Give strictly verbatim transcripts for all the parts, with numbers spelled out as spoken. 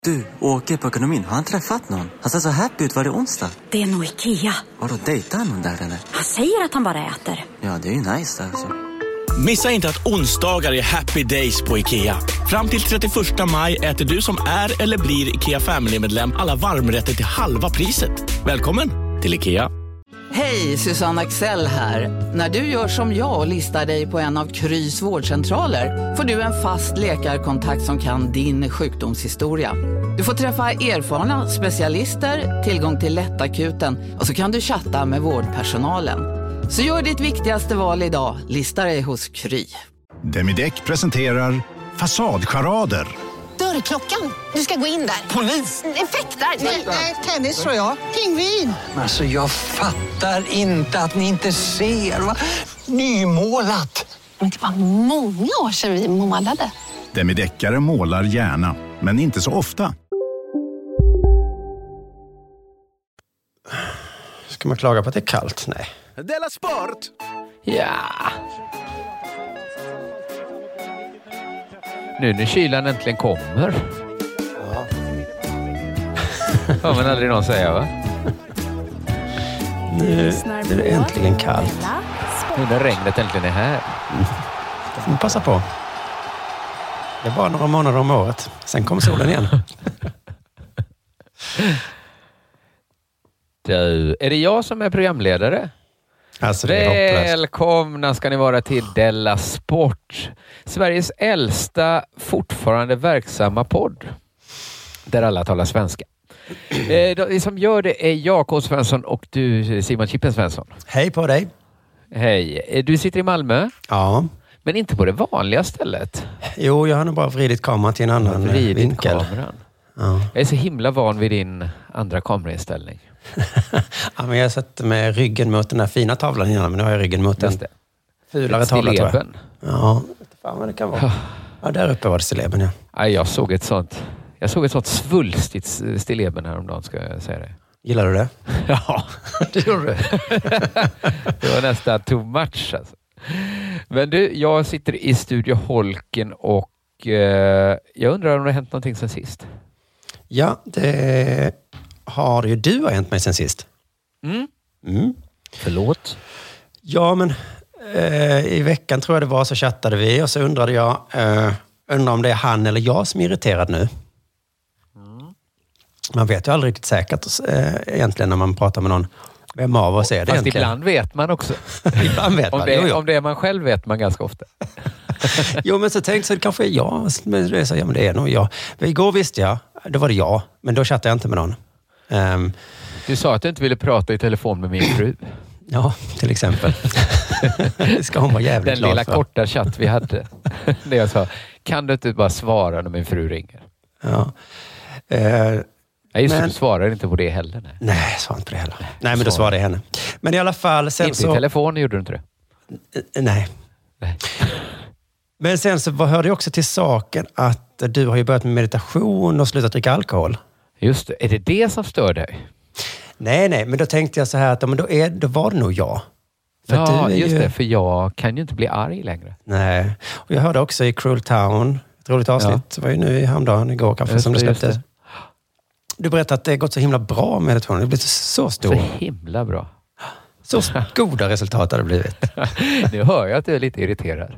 Du, åker på ekonomin. Har han träffat någon? Han ser så happy ut. Var det onsdag? Det är nog Ikea. Har du dejtat någon där eller? Han säger att han bara äter. Ja, det är ju nice alltså. Missa inte att onsdagar är happy days på Ikea. Fram till trettioförsta maj äter du som är eller blir Ikea Family-medlem alla varmrätter till halva priset. Välkommen till Ikea. Hej, Susanne Axel här. När du gör som jag och listar dig på en av Krys vårdcentraler får du en fast läkarkontakt som kan din sjukdomshistoria. Du får träffa erfarna specialister, tillgång till lättakuten och så kan du chatta med vårdpersonalen. Så gör ditt viktigaste val idag, lista dig hos Kry. Demideck presenterar Fasadcharader. Dörrklockan. Du ska gå in där. Polis? Effektar? Nej, tennis tror jag. Pingvin. Alltså jag fattar inte att ni inte ser. Va? Nymålat. Men det var många år sedan vi målade. Demideckare målar gärna, men inte så ofta. Ska man klaga på att det är kallt? Nej. Della Sport! Ja. Nu när kylan äntligen kommer. Ja. Hör man aldrig någon säga, va? Nu, nu är det äntligen kallt. Nu när regnet äntligen är här. Mm. Det får man passa på. Det är bara några månader om året. Sen kommer solen igen. Du, är det jag som är programledare? Alltså det är hopplöst. Välkomna ska ni vara till Della Sport. Sveriges äldsta fortfarande verksamma podd. Där alla talar svenska. Eh, det som gör det är jag, K. Svensson, och du, Simon Chippen Svensson. Hej på dig. Hej. Du sitter i Malmö? Ja. Men inte på det vanliga stället. Jo, jag har nog bara vridit kameran till en annan vridit vinkel. Kameran. Ja. Jag är så himla van vid din andra kamerainställning. Ja, men jag satt med ryggen mot den där fina tavlan innan, men nu har jag ryggen mot en fulare tavla, tror jag. Ja, fan vad det kan vara. Ja, där uppe var det stilleben, ja. Ja, jag såg ett sånt jag såg ett sånt svulstigt stilleben häromdagen, ska jag säga det. Gillar du det? Ja, det gjorde du. Det var nästan too much alltså. Men du, jag sitter i Studio Holken och eh, jag undrar om det har hänt någonting sen sist. Ja, det har ju du har hänt mig sen sist. Mm. Mm. Förlåt. Ja, men eh, i veckan tror jag det var så chattade vi och så undrade jag eh, undrar om det är han eller jag som är irriterad nu. Mm. Man vet ju aldrig riktigt säkert eh, egentligen när man pratar med någon. Vem av oss är det Fast egentligen? ibland vet man också. Ibland vet man. Om det, jo, jo. om det är man själv vet man ganska ofta. Jo, men så tänkte jag det kanske är jag. Men det är så, ja, men det är nog jag. Men igår visste jag, då var det jag. Men då chattade jag inte med någon. Um, du sa att du inte ville prata i telefon med min fru. Ja, till exempel. Det ska hon vara jävligt Den glad lilla för. korta chatt vi hade. Där jag sa, kan du inte bara svara när min fru ringer? Ja. Uh, Nej, just men... det, du svarar inte på det heller. Nej, nej jag svarar inte på det heller. Nej, nej men då svarade jag henne. Men i alla fall... Sen inte så... i telefon gjorde du inte det? Nej. nej. Men sen så hörde jag också till saken att du har ju börjat med meditation och slutat dricka alkohol. Just det. Är det det som stör dig? Nej, nej. Men då tänkte jag så här att men då, är, då var det nog jag. För ja, du är just ju... det. För jag kan ju inte bli arg längre. Nej. Och jag hörde också i Cruel Town, ett roligt avsnitt, ja. Det var ju nu i hamndagen igår kanske just som det släpptes. Det. Du berättade att det har gått så himla bra med meditation. Det har blivit så stor. Så himla bra. Så goda resultat har det blivit. Nu hör jag att du är lite irriterad.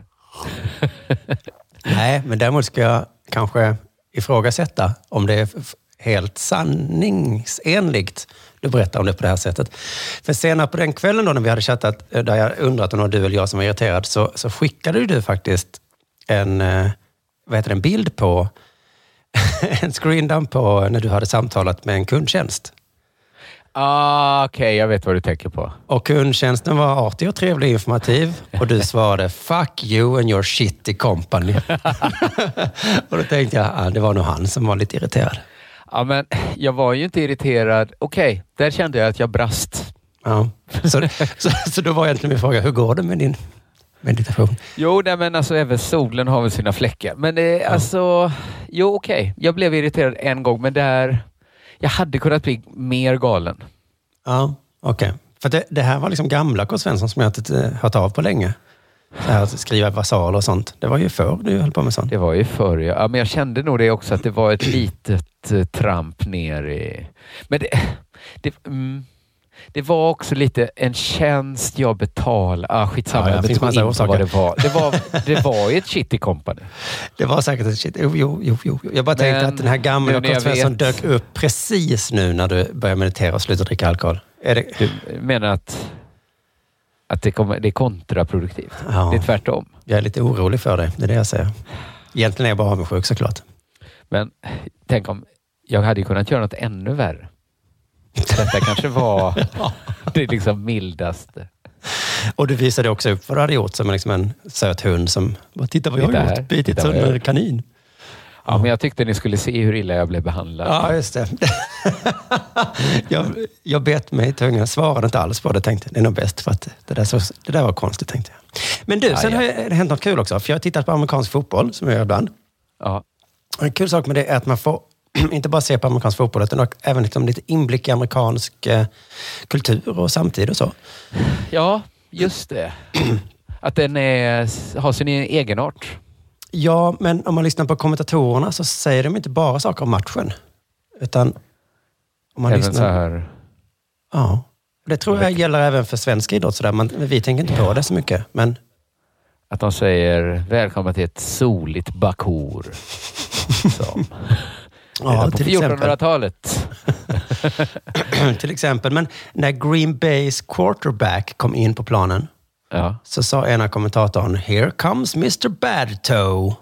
Nej, men däremot ska jag kanske ifrågasätta om det är helt sanningsenligt du berättar om det på det här sättet. För senare på den kvällen då när vi hade chattat, där jag undrat om det var du eller jag som var irriterad, så, så skickade du faktiskt en, vad heter det, en bild på en screendump på när du hade samtalat med en kundtjänst. Ah, okej, okay, jag vet vad du tänker på. Och kundtjänsten var artig och trevlig och informativ. Och du svarade, fuck you and your shitty company. Och då tänkte jag, ah, det var nog han som var lite irriterad. Ja, men jag var ju inte irriterad. Okej, okay, där kände jag att jag brast. Ja, så, så, så då var egentligen min fråga, hur går det med din meditation? Jo, nej, men alltså även solen har väl sina fläckar. Men det, ja. alltså, jo okej. Okay. Jag blev irriterad en gång, men där jag hade kunnat bli mer galen. Ja, okej. Okay. För det, det här var liksom gamla K. Svensson som jag inte hört av på länge. Så här, skriva vasaler och sånt. Det var ju förr du höll på med sånt. Det var ju förr, ja. ja. Men jag kände nog det också, att det var ett litet uh, tramp ner i... Men det... det mm. Det var också lite en tjänst jag betal. Ah, skitsamma, ja, jag finns massa inte vad det var. Det var, det var ju ett shitty company. Det var säkert ett shitty. Jo, jo, jo, jo. Jag bara tänkte att den här gamla konstnären dök upp precis nu när du börjar meditera och slutar dricka alkohol. Är det... Du menar att, att det, kommer, det är kontraproduktivt? Ja. Det är tvärtom. Jag är lite orolig för det. Det är det jag säger. Egentligen är jag bara avundsjuk såklart. Men tänk om jag hade ju kunnat göra något ännu värre. Detta kanske var det liksom mildaste. Och du visade också upp vad du hade gjort som liksom en söt hund som bara, titta vad jag har gjort, bitit sönder kanin. Ja, men jag tyckte ni skulle se hur illa jag blev behandlad. Ja, just det. jag, jag bet mig i tungan, svarade inte alls på det. Tänkte, det är nog bäst för att det där, så, det där var konstigt, tänkte jag. Men du, ja, sen ja. har det hänt något kul också. För jag har tittat på amerikansk fotboll, som jag gör ibland. Ja. Och en kul sak med det är att man får inte bara se på amerikansk fotboll, utan även liksom lite inblick i amerikansk eh, kultur och samtid och så. Ja, just det. Att den är, har sin egen art. Ja, men om man lyssnar på kommentatorerna så säger de inte bara saker om matchen. Utan om man även lyssnar... så här... Ja, det tror jag gäller även för svensk idrott. Sådär. Man, vi tänker inte på det så mycket, men... Att de säger välkommen till ett soligt Bakur. Som... Ja, på fjortonhundratalet. Till exempel. Men när Green Bays quarterback kom in på planen, ja. så sa ena kommentatorn, here comes mister Badtoe.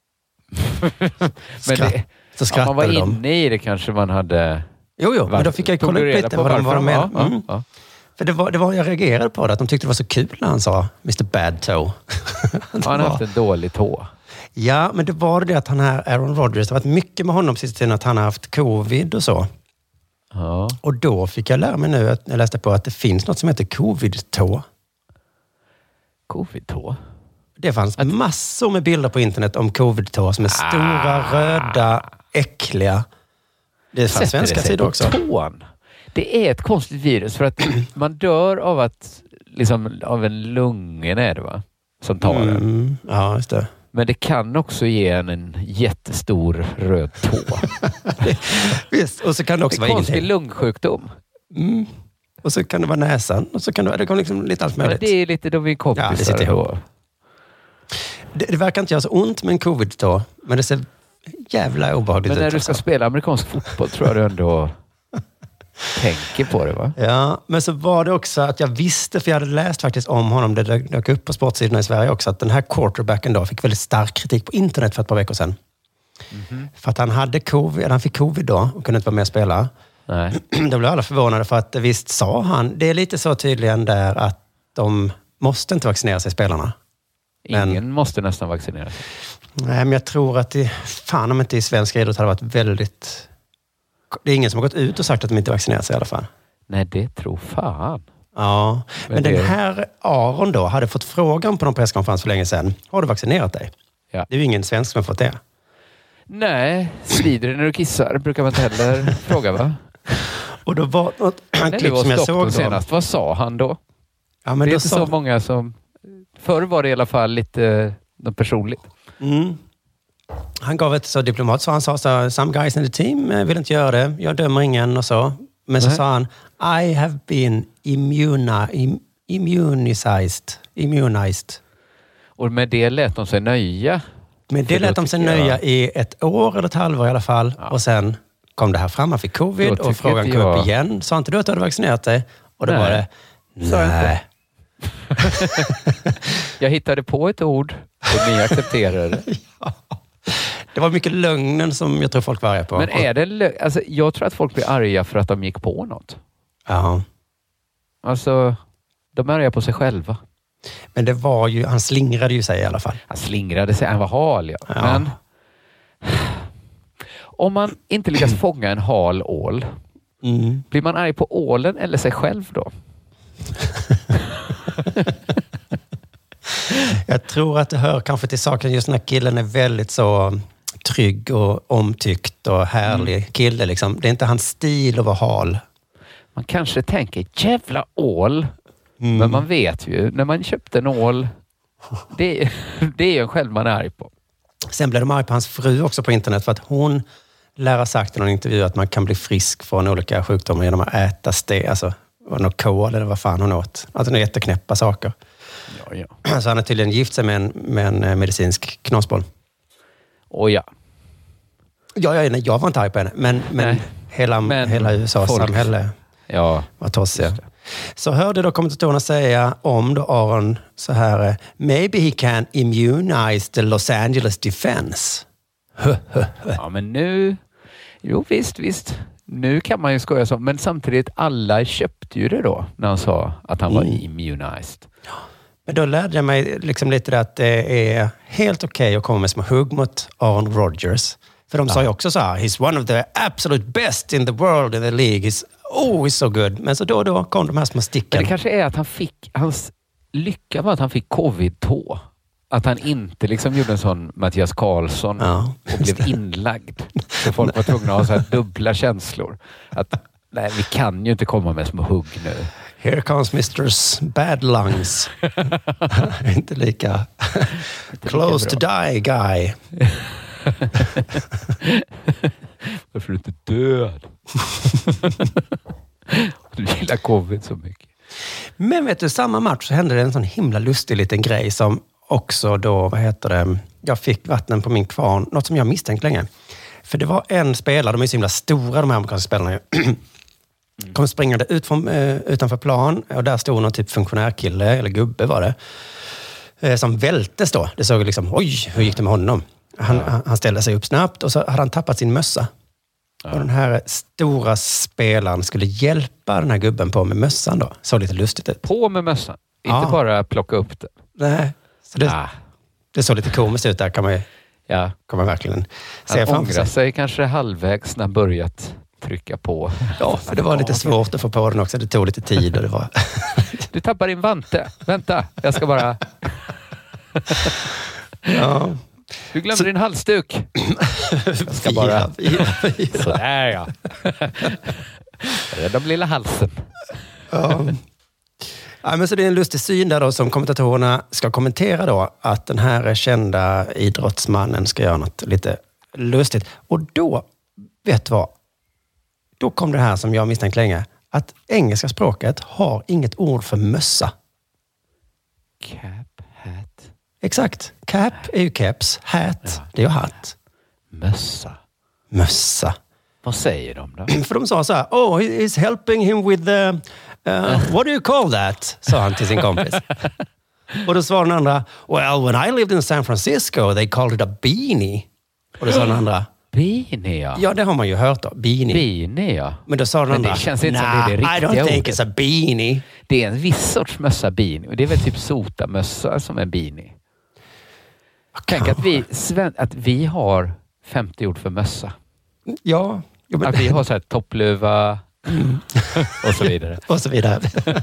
Men det, så skrattade om man var inne de. i det kanske man hade... Jo, jo, men då fick jag kolla upp lite vad de var med. Ja, ja, mm. ja. För det var, det var, jag reagerade på det, att de tyckte det var så kul när han sa mister Badtoe. Han har haft en dålig tå. Ja, men det var det att han här, Aaron Rodgers, det har varit mycket med honom sista tiden att han har haft covid och så. Ja. Och då fick jag lära mig nu, att jag läste på att det finns något som heter covid-tå. Covid-tå? Det fanns att... massor med bilder på internet om covid-tå som är ah. stora, röda, äckliga. Det fanns svenska sidor också. Tån. Det är ett konstigt virus för att man dör av att, liksom, av en lungen är det va? Som tar mm. den. Ja, just det. Men det kan också ge en en jättestor röd tå. Visst, och så kan det också vara ingenting. En konstig lungsjukdom. Mm. Och så kan det vara näsan. Och så kan det, det kan liksom lite allt möjligt. Ja, det är lite då vi kompisar. Ja, det sitter ihop. Det, det verkar inte göra så ont med en covid-tå. Men det ser jävla obehagligt ut. Men när ut, du ska alltså. spela amerikansk fotboll tror jag du ändå tänker på det, va? Ja, men så var det också att jag visste, för jag hade läst faktiskt om honom, det dök upp på sportsidorna i Sverige också, att den här quarterbacken då fick väldigt stark kritik på internet för ett par veckor sedan. Mm-hmm. För att han hade covid, han fick covid då och kunde inte vara med och spela. Nej. Då blev alla förvånade för att visst sa han, det är lite så tydligen där att de måste inte vaccinera sig, spelarna. Ingen men, måste nästan vaccinera sig. Nej, men jag tror att det, fan om inte i svensk idrott hade varit väldigt... Det är ingen som har gått ut och sagt att de inte vaccinerar sig i alla fall. Nej, det tror fan. Ja, men, men det... den här Aron då hade fått frågan på någon presskonferens för länge sedan. Har du vaccinerat dig? Ja. Det är ju ingen svensk som har fått det. Nej, svider det när du kissar? Brukar man inte heller fråga, va? Och då var något Nej, klipp som jag såg då. Senast. Vad sa han då? Ja, men det är då inte sa... så många som... Förr var det i alla fall lite något personligt. Mm. Han gav ett så diplomat, så han sa så, some guys in the team vill inte göra det. Jag dömer ingen och så. Men så Nej. sa han, I have been immuna, im, immunized. immunized. Och med det lät de sig nöja? Med det lät de sig nöja jag... i ett år eller ett halvår i alla fall. Ja. Och sen kom det här fram, han fick covid och frågan kom jag... upp igen. Sa inte du att du hade vaccinerat dig? Och då Nej. var det, nej. Jag hittade på ett ord och ni accepterade det. Ja. Det var mycket lögnen som jag tror folk var arga på. Men är det lö- alltså, jag tror att folk blir arga för att de gick på något. Ja. Alltså, de är arga på sig själva. Men det var ju, han slingrade ju sig i alla fall. Han slingrade sig, han var hal, ja. ja. Men om man inte lyckas fånga en hal ål, mm. blir man arg på ålen eller sig själv då? Jag tror att det hör kanske till saken, just den här killen är väldigt så trygg och omtyckt och härlig mm. kille liksom. Det är inte hans stil att vara hal. Man kanske tänker, jävla ål. Mm. Men man vet ju, när man köpte en ål Det, det är ju en själv man är arg på. Sen blev de arg på hans fru också på internet för att hon lär ha sagt i någon intervju att man kan bli frisk från olika sjukdomar genom att äta ste, alltså något kol eller vad fan hon åt. Alltså några jätteknäppa saker. Ja, ja. Så han har tydligen gift sig med en, med en medicinsk knasboll. Och ja. Ja, jag, jag var inte arg på henne, men, men, hela, men hela U S A-samhälle ja, var tossiga. Så hörde då kommentatorerna säga om då Aron så här: maybe he can immunize the Los Angeles defense. Ja, men nu... Jo, visst, visst. Nu kan man ju skoja så. Men samtidigt, alla köpte ju det då när han sa att han var mm. immunized. Men då lärde jag mig liksom lite där att det är helt okej okay att komma med små hugg mot Aaron Rodgers. För de ja. sa ju också så här: he's one of the absolute best in the world in the league. He's, oh, he's so good. Men så då och då kom de här små sticken. Men det kanske är att han fick... Hans lycka var att han fick covid-tå. Att han inte liksom gjorde en sån Mattias Karlsson ja, och blev det. inlagd. Så folk var tvungna att ha så här dubbla känslor. Att nej, vi kan ju inte komma med små hugg nu. Here comes mister's bad lungs. Inte lika inte close lika to die guy. Varför är du inte död? Du gillar covid så mycket. Men vet du, samma match så hände det en sån himla lustig liten grej som också då, vad heter det, jag fick vattnen på min kvarn, något som jag misstänkt länge. För det var en spelare, de är så himla stora de här amerikanska spelarna, kom springande ut från, uh, utanför plan och där stod någon typ funktionärkille, eller gubbe var det, uh, som vältes då. Det såg liksom, oj, hur gick det med honom? Han, ja. han ställde sig upp snabbt och så hade han tappat sin mössa. Ja. Och den här stora spelaren skulle hjälpa den här gubben på med mössan då. Så lite lustigt ut. På med mössan? Ja. Inte bara plocka upp det? Nej. Så det, ah. det såg lite komiskt ut där, kan man, ja. kan man verkligen se han framför sig. Han sig kanske halvvägs när han börjat trycka på. Ja, för det var lite svårt att få på den också. Det tog lite tid. Och det var... Du tappar din vante. Vänta, jag ska bara... ja. Du glömde så... din halsduk. Jag ska bara... Fyra, fyra, fyra. Sådär ja. Rädda lilla halsen. Ja. Ja, men så det är en lustig syn där då som kommentatorerna ska kommentera då, att den här kända idrottsmannen ska göra något lite lustigt. Och då, vet du vad? Då kom det här som jag misstänkt länge, att engelska språket har inget ord för mössa. Cap, hat. Exakt. Cap är ju caps, hat, ja. Det är ju hatt. Mössa. Mössa. Vad säger de då? För de sa så här: oh, he's helping him with the... Uh, what do you call that? Sa han till sin kompis. Och då svarade den andra: well, when I lived in San Francisco they called it a beanie. Och då sa den andra: beanie, ja. Ja, det har man ju hört då. Beanie. Beanie, ja. Men då sa den andra: men det känns inte nah, som det är det riktiga I don't think ordet. it's a beanie. Det är en viss sorts mössa, beanie. Och det är väl typ sotamössa som är beanie. Tänk att vi, Sven, att vi har femtio ord för mössa. Ja. Jo, men... Att vi har så här toppluva... Mm. och så vidare. och så vidare.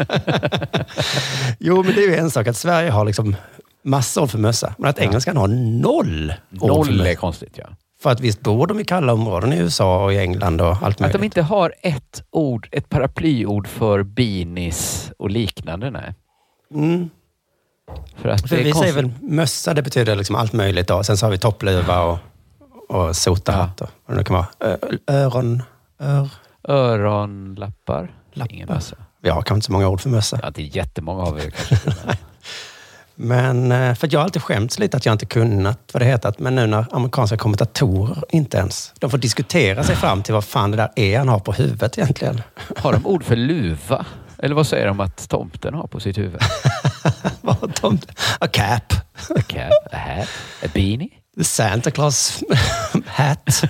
Jo, men det är ju en sak att Sverige har liksom massor för mössa. Men att ja. engelskan har noll. Noll är konstigt, ja. För att visst bor de i kalla områden i U S A och i England och allt möjligt. Att de inte har ett ord, ett paraplyord för beanies och liknande, nej. Mm. För att för det är vi konstigt. säger väl mössa, det betyder liksom allt möjligt då. Sen så har vi toppluva och, och sotahatt. Ja. Och det kan vara ö- öron... Ör. Öronlappar. Lappar. Ingen mössa. Vi har kanske inte så många ord för mössa. Ja, inte jättemånga av er kanske. Men för att jag har alltid skämts lite att jag inte kunnat vad det heter. Men nu när amerikanska kommentatorer inte ens, de får diskutera sig fram till vad fan det där är han har på huvudet egentligen. Har de ord för luva? Eller vad säger de att tomten har på sitt huvud? Vad har tomten? A cap. A cap, a hat, a beanie. The Santa Claus hat.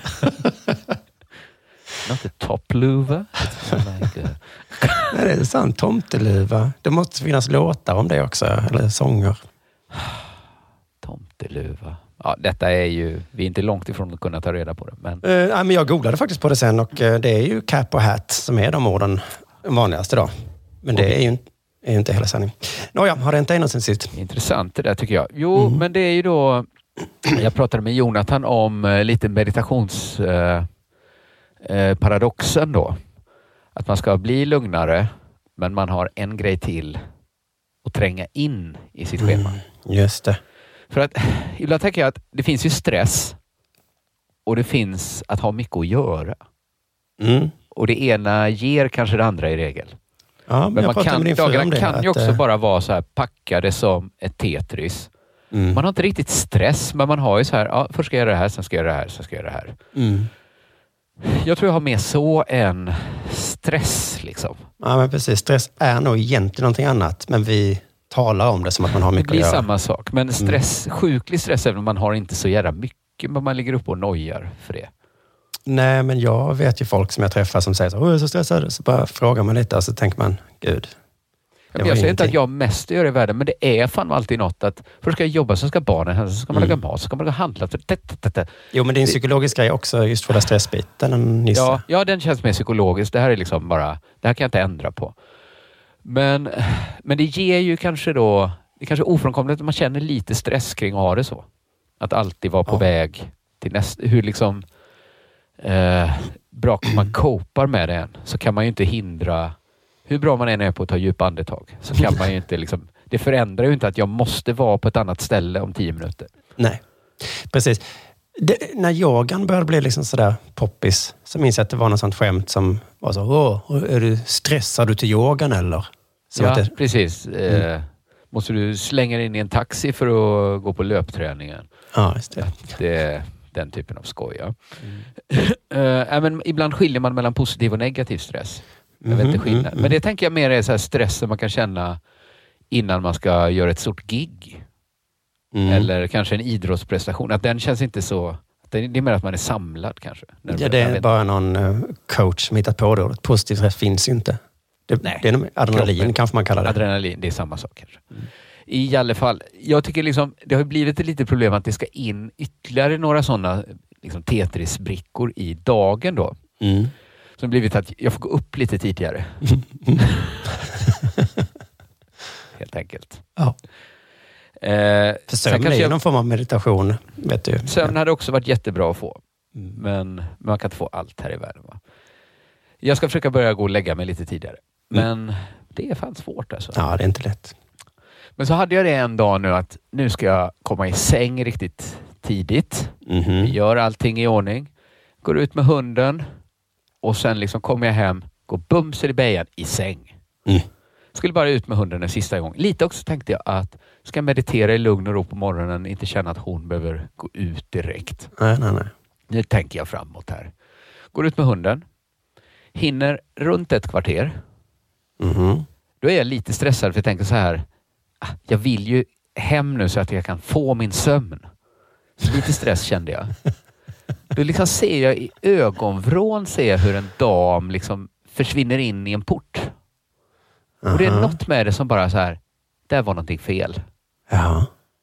Not a toppluva. Like a... Nej, det är sant. Tomteluva. Det måste finnas låtar om det också. Eller sånger. Tomteluva. Ja, detta är ju... Vi är inte långt ifrån att kunna ta reda på det. Men... Uh, nej, men jag googlade faktiskt på det sen. Och uh, det är ju cap och hat som är de orden vanligaste då. Men det är ju, är ju inte hela sanning. Nåja, har det inte ännu sen sist? Intressant det där tycker jag. Jo, mm. men det är ju då... Jag pratade med Jonathan om uh, lite meditations... Uh, Eh, paradoxen då. Att man ska bli lugnare men man har en grej till och tränga in i sitt schema. Mm, just det. För att ibland tänker jag att det finns ju stress och det finns att ha mycket att göra. Mm. Och det ena ger kanske det andra i regel. Ja, men men man kan, kan, dagarna det, kan ju att, också bara vara så här packade som ett Tetris. Mm. Man har inte riktigt stress, men man har ju så här, ja, först ska jag göra det här, sen ska jag göra det här, sen ska jag göra det här. Mm. Jag tror jag har mer så än stress liksom. Ja, men precis. Stress är nog egentligen någonting annat, men vi talar om det som att man har mycket Det blir att göra. samma sak, men stress, mm. sjuklig stress, även om man har inte så jävla mycket, men man ligger upp och nojar för det. Nej, men jag vet ju folk som jag träffar som säger så, åh, jag är så stressad. Så bara frågar man lite och så tänker man, gud. Jag säger ingenting. Inte att jag mest gör i världen, men det är fan alltid något att först ska jag jobba, så ska barnen hem, så ska man mm. laga mat, så ska man laga handla. Jo, men det är en psykologisk grej också, just för den stressbiten. Ja, ja, den känns mer psykologisk. Det här är liksom bara, det här kan jag inte ändra på. Men, men det ger ju kanske då, det är kanske ofrånkomligt att man känner lite stress kring att ha det så. Att alltid vara på ja. väg till nästa, hur liksom eh, bra man kopar med det än, så kan man ju inte hindra. Hur bra man än är på att ta djupa andetag, så kan man ju inte liksom, det förändrar ju inte att jag måste vara på ett annat ställe om tio minuter. Nej, precis. Det, när yogan började bli liksom sådär poppis, så minns jag att det var något sånt skämt som var så, åh, är du stressad du till yogan eller? Så ja, det, precis. Mm. Eh, måste du slänga dig in i en taxi för att gå på löpträningen? Ja, just det. Det är den typen av skoj, ja. Mm. eh, men ibland skiljer man mellan positiv och negativ stress. Jag vet inte skillnad. Men det tänker jag mer är så här stress som man kan känna innan man ska göra ett stort gig. Mm. Eller kanske en idrottsprestation. Att den känns inte så. Det är mer att man är samlad kanske. Ja, det är bara någon coach som hittat på det. Positiv stress finns inte. Det, Nej. det är adrenalin Kroppen. Kanske man kallar det. Adrenalin, det är samma sak kanske. Mm. I alla fall, jag tycker liksom, det har blivit ett litet problem att det ska in ytterligare några sådana liksom, Tetris-brickor i dagen då. Mm. Som blivit att jag får gå upp lite tidigare. Helt enkelt. Ja. Eh, För sömn är ju jag... någon form av meditation, vet du. Sömn hade också varit jättebra att få. Mm. Men, men man kan inte få allt här i världen, va? Jag ska försöka börja gå och lägga mig lite tidigare. Men mm. det är fan svårt alltså. Ja, det är inte lätt. Men så hade jag det en dag nu att nu ska jag komma i säng riktigt tidigt. Mm-hmm. Gör allting i ordning. Går ut med hunden. Och sen liksom kommer jag hem, går bumser i bejan i säng. Mm. Skulle bara ut med hunden en sista gång. Lite också tänkte jag att ska jag meditera i lugn och ro på morgonen, inte känna att hon behöver gå ut direkt. Nej, nej, nej. Nu tänker jag framåt här. Går ut med hunden. Hinner runt ett kvarter. Mm. Då är jag lite stressad för jag tänker så här. Jag vill ju hem nu så att jag kan få min sömn. Så lite stress kände jag. Då liksom ser jag i ögonvrån ser jag hur en dam liksom försvinner in i en port. Uh-huh. Och det är något med det som bara så här, där var någonting fel. Ja.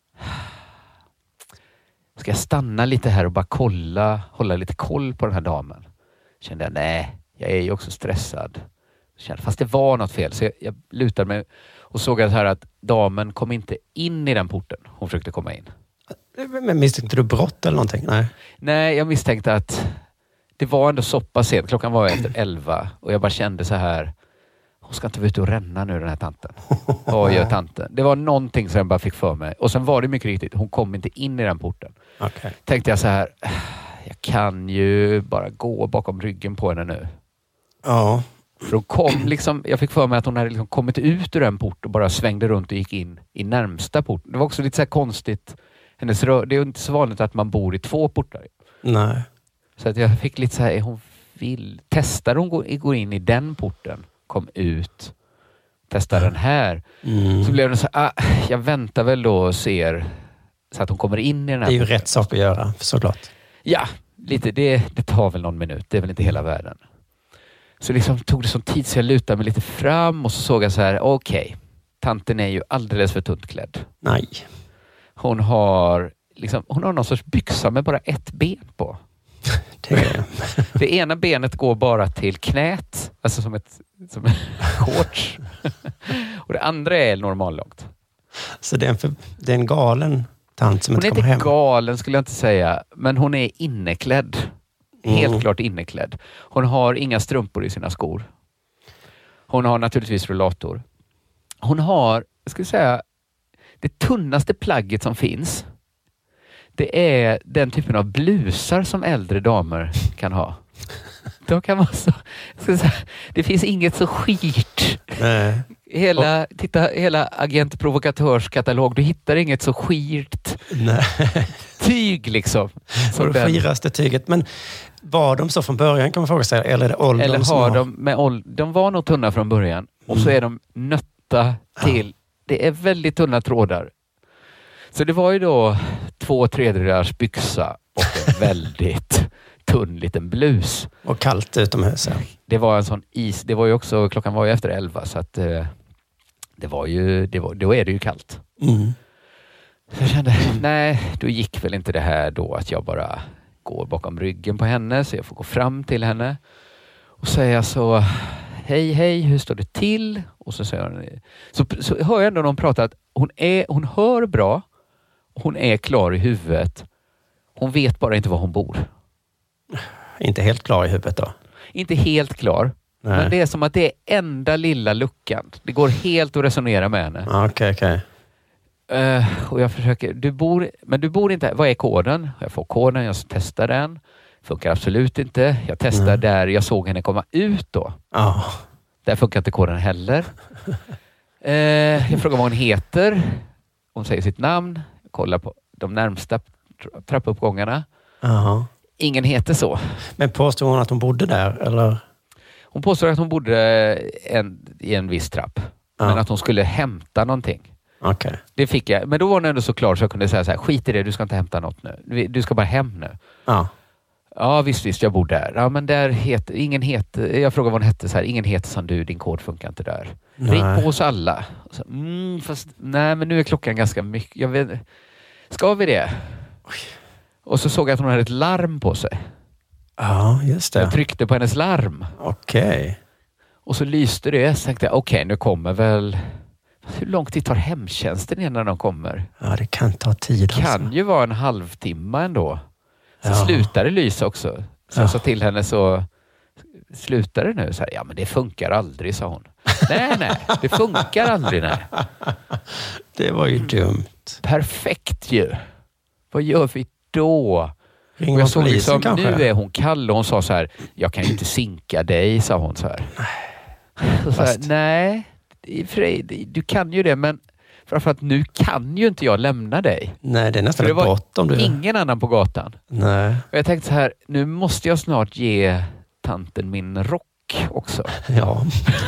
Ska jag stanna lite här och bara kolla, hålla lite koll på den här damen? Kände jag, nej, jag är ju också stressad. Kände, fast det var något fel. Så jag, jag lutade mig och såg att, här att damen kom inte in i den porten. Hon försökte komma in. Men misstänkte du brott eller någonting? Nej. Nej, jag misstänkte att det var ändå så pass sent. Klockan var efter elva och jag bara kände så här, hon ska inte vara ute och ränna nu, den här tanten. Vad gör tanten? Det var någonting som jag bara fick för mig. Och sen var det mycket riktigt, hon kom inte in i den porten. Okay. Tänkte jag så här, jag kan ju bara gå bakom ryggen på henne nu. Ja. För hon kom liksom, jag fick för mig att hon hade liksom kommit ut ur den port och bara svängde runt och gick in i närmsta port. Det var också lite så här konstigt. Hennes rör, det är inte så vanligt att man bor i två portar. Nej. Så att jag fick lite så här, hon vill, testar hon går, går in i den porten, kom ut, testar den här. Mm. Så blev det så här, ah, jag väntar väl då och ser så att hon kommer in i den här. Det är ju porten. Rätt sak att göra, såklart. Ja, lite, det, det tar väl någon minut, det är väl inte hela världen. Så liksom tog det sån tid så jag lutade mig lite fram och så såg jag så här, okej, okay, tanten är ju alldeles för tunt klädd. Nej. Hon har liksom, hon har någon sorts byxa med bara ett ben på. Det, det ena benet går bara till knät, alltså som ett som en shorts. Och det andra är normallångt. Så det är en, för, det är en galen tant som hon inte kommer hem. Hon är inte galen skulle jag inte säga, men hon är inneklädd. Helt Mm. klart inneklädd. Hon har inga strumpor i sina skor. Hon har naturligtvis rullator. Hon har jag skulle säga, det tunnaste plagget som finns, det är den typen av blusar som äldre damer kan ha. Då kan man så, jag skulle säga, det finns inget så skirt. Nej. Hela, och, titta, hela Agent Provokatörs katalog, du hittar inget så skirt nej. tyg liksom. Och det skiraste tyget. Men var de så från början kan man fråga sig? Eller är det åldern eller som har har... de med åld- De var nog tunna från början. Och mm. så är de nötta till. Ja. Det är väldigt tunna trådar. Så det var ju då två tredjedels byxa och en väldigt tunn liten blus. Och kallt utomhus. Ja. Det var en sån is. Det var ju också, klockan var ju efter elva så att eh, det var ju, det var, då är det ju kallt. Mm. Så jag kände, nej, då gick väl inte det här då att jag bara går bakom ryggen på henne så jag får gå fram till henne och säga så, hej hej, hur står det till? Och så säger hon, så, så hör jag ändå någon prata att hon, är, hon hör bra, hon är klar i huvudet, hon vet bara inte var hon bor. Inte helt klar i huvudet då? Inte helt klar. Nej. Men det är som att det är enda lilla luckan. Det går helt att resonera med henne. Okej, okay, okej. Okay. Uh, och jag försöker, du bor, men du bor inte här. Vad är koden? Jag får koden, jag testar den. Funkar absolut inte. Jag testar mm. där jag såg henne komma ut då. Oh. Där funkar inte koden heller. uh, jag frågar vad hon heter. Hon säger sitt namn. Jag kollar på de närmsta trappuppgångarna. Uh-huh. Ingen heter så. Men påstår hon att hon bodde där? Eller? Hon påstår att hon bodde en, i en viss trapp. Uh-huh. Men att hon skulle hämta någonting. Okay. Det fick jag. Men då var hon ändå så klar så jag kunde säga så här, skit i det, du ska inte hämta något nu. Du ska bara hem nu. Ja. Ja, visst, visst, jag bor där. Ja, men där heter, ingen heter, jag frågade vad hon hette så här, ingen heter som du, din kod funkar inte där. Ring på oss alla. Så, mm, fast, nej, men nu är klockan ganska mycket. Jag vet, ska vi det? Oj. Och så såg jag att hon hade ett larm på sig. Ja, just det. Jag tryckte på hennes larm. Okej. Okay. Och så lyste det. Så tänkte jag, okej, okay, nu kommer väl... Hur lång tid tar hemtjänsten innan de kommer? Ja, det kan ta tid. Det kan alltså. ju vara en halvtimme ändå. Så ja. slutade lysa också. Så ja. jag sa till henne så... Slutar det nu? Så här, ja, men det funkar aldrig, sa hon. nej, nej. Det funkar aldrig, nej. Det var ju dumt. Perfekt ju. Vad gör vi då? Ring och jag såg polisen liksom, kanske? Nu är hon kall och hon sa så här, jag kan ju inte sinka dig, sa hon så här. Så så här nej, du kan ju det, men framförallt nu kan ju inte jag lämna dig. Nej, det är nästan ett brott om du... ingen annan på gatan. Nej. Och jag tänkte så här, nu måste jag snart ge tanten min rock också. Ja.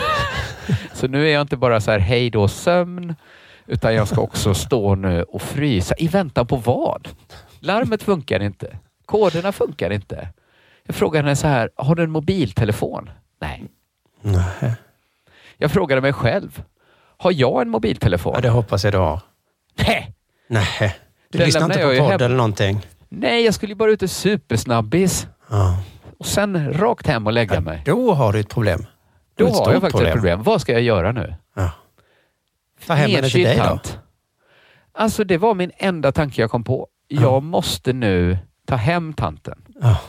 Så nu är jag inte bara så här, hej då sömn, utan jag ska också stå nu och frysa. I väntan på vad? Larmet funkar inte. Koderna funkar inte. Jag frågade henne så här, har du en mobiltelefon? Nej. Nej. Jag frågade mig själv, har jag en mobiltelefon? Ja, det hoppas jag du har. Nej. Nej. Du lyssnar inte på podd eller någonting? Nej, jag skulle ju bara ut och supersnabbis. Ja. Och sen rakt hem och lägga ja, mig. Då har du ett problem. Då har jag faktiskt problem. ett problem. Vad ska jag göra nu? Ja. Ta hem henne till dig då. Alltså det var min enda tanke jag kom på. Jag ja. måste nu ta hem tanten. Ja.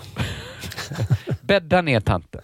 Bädda ner tanten.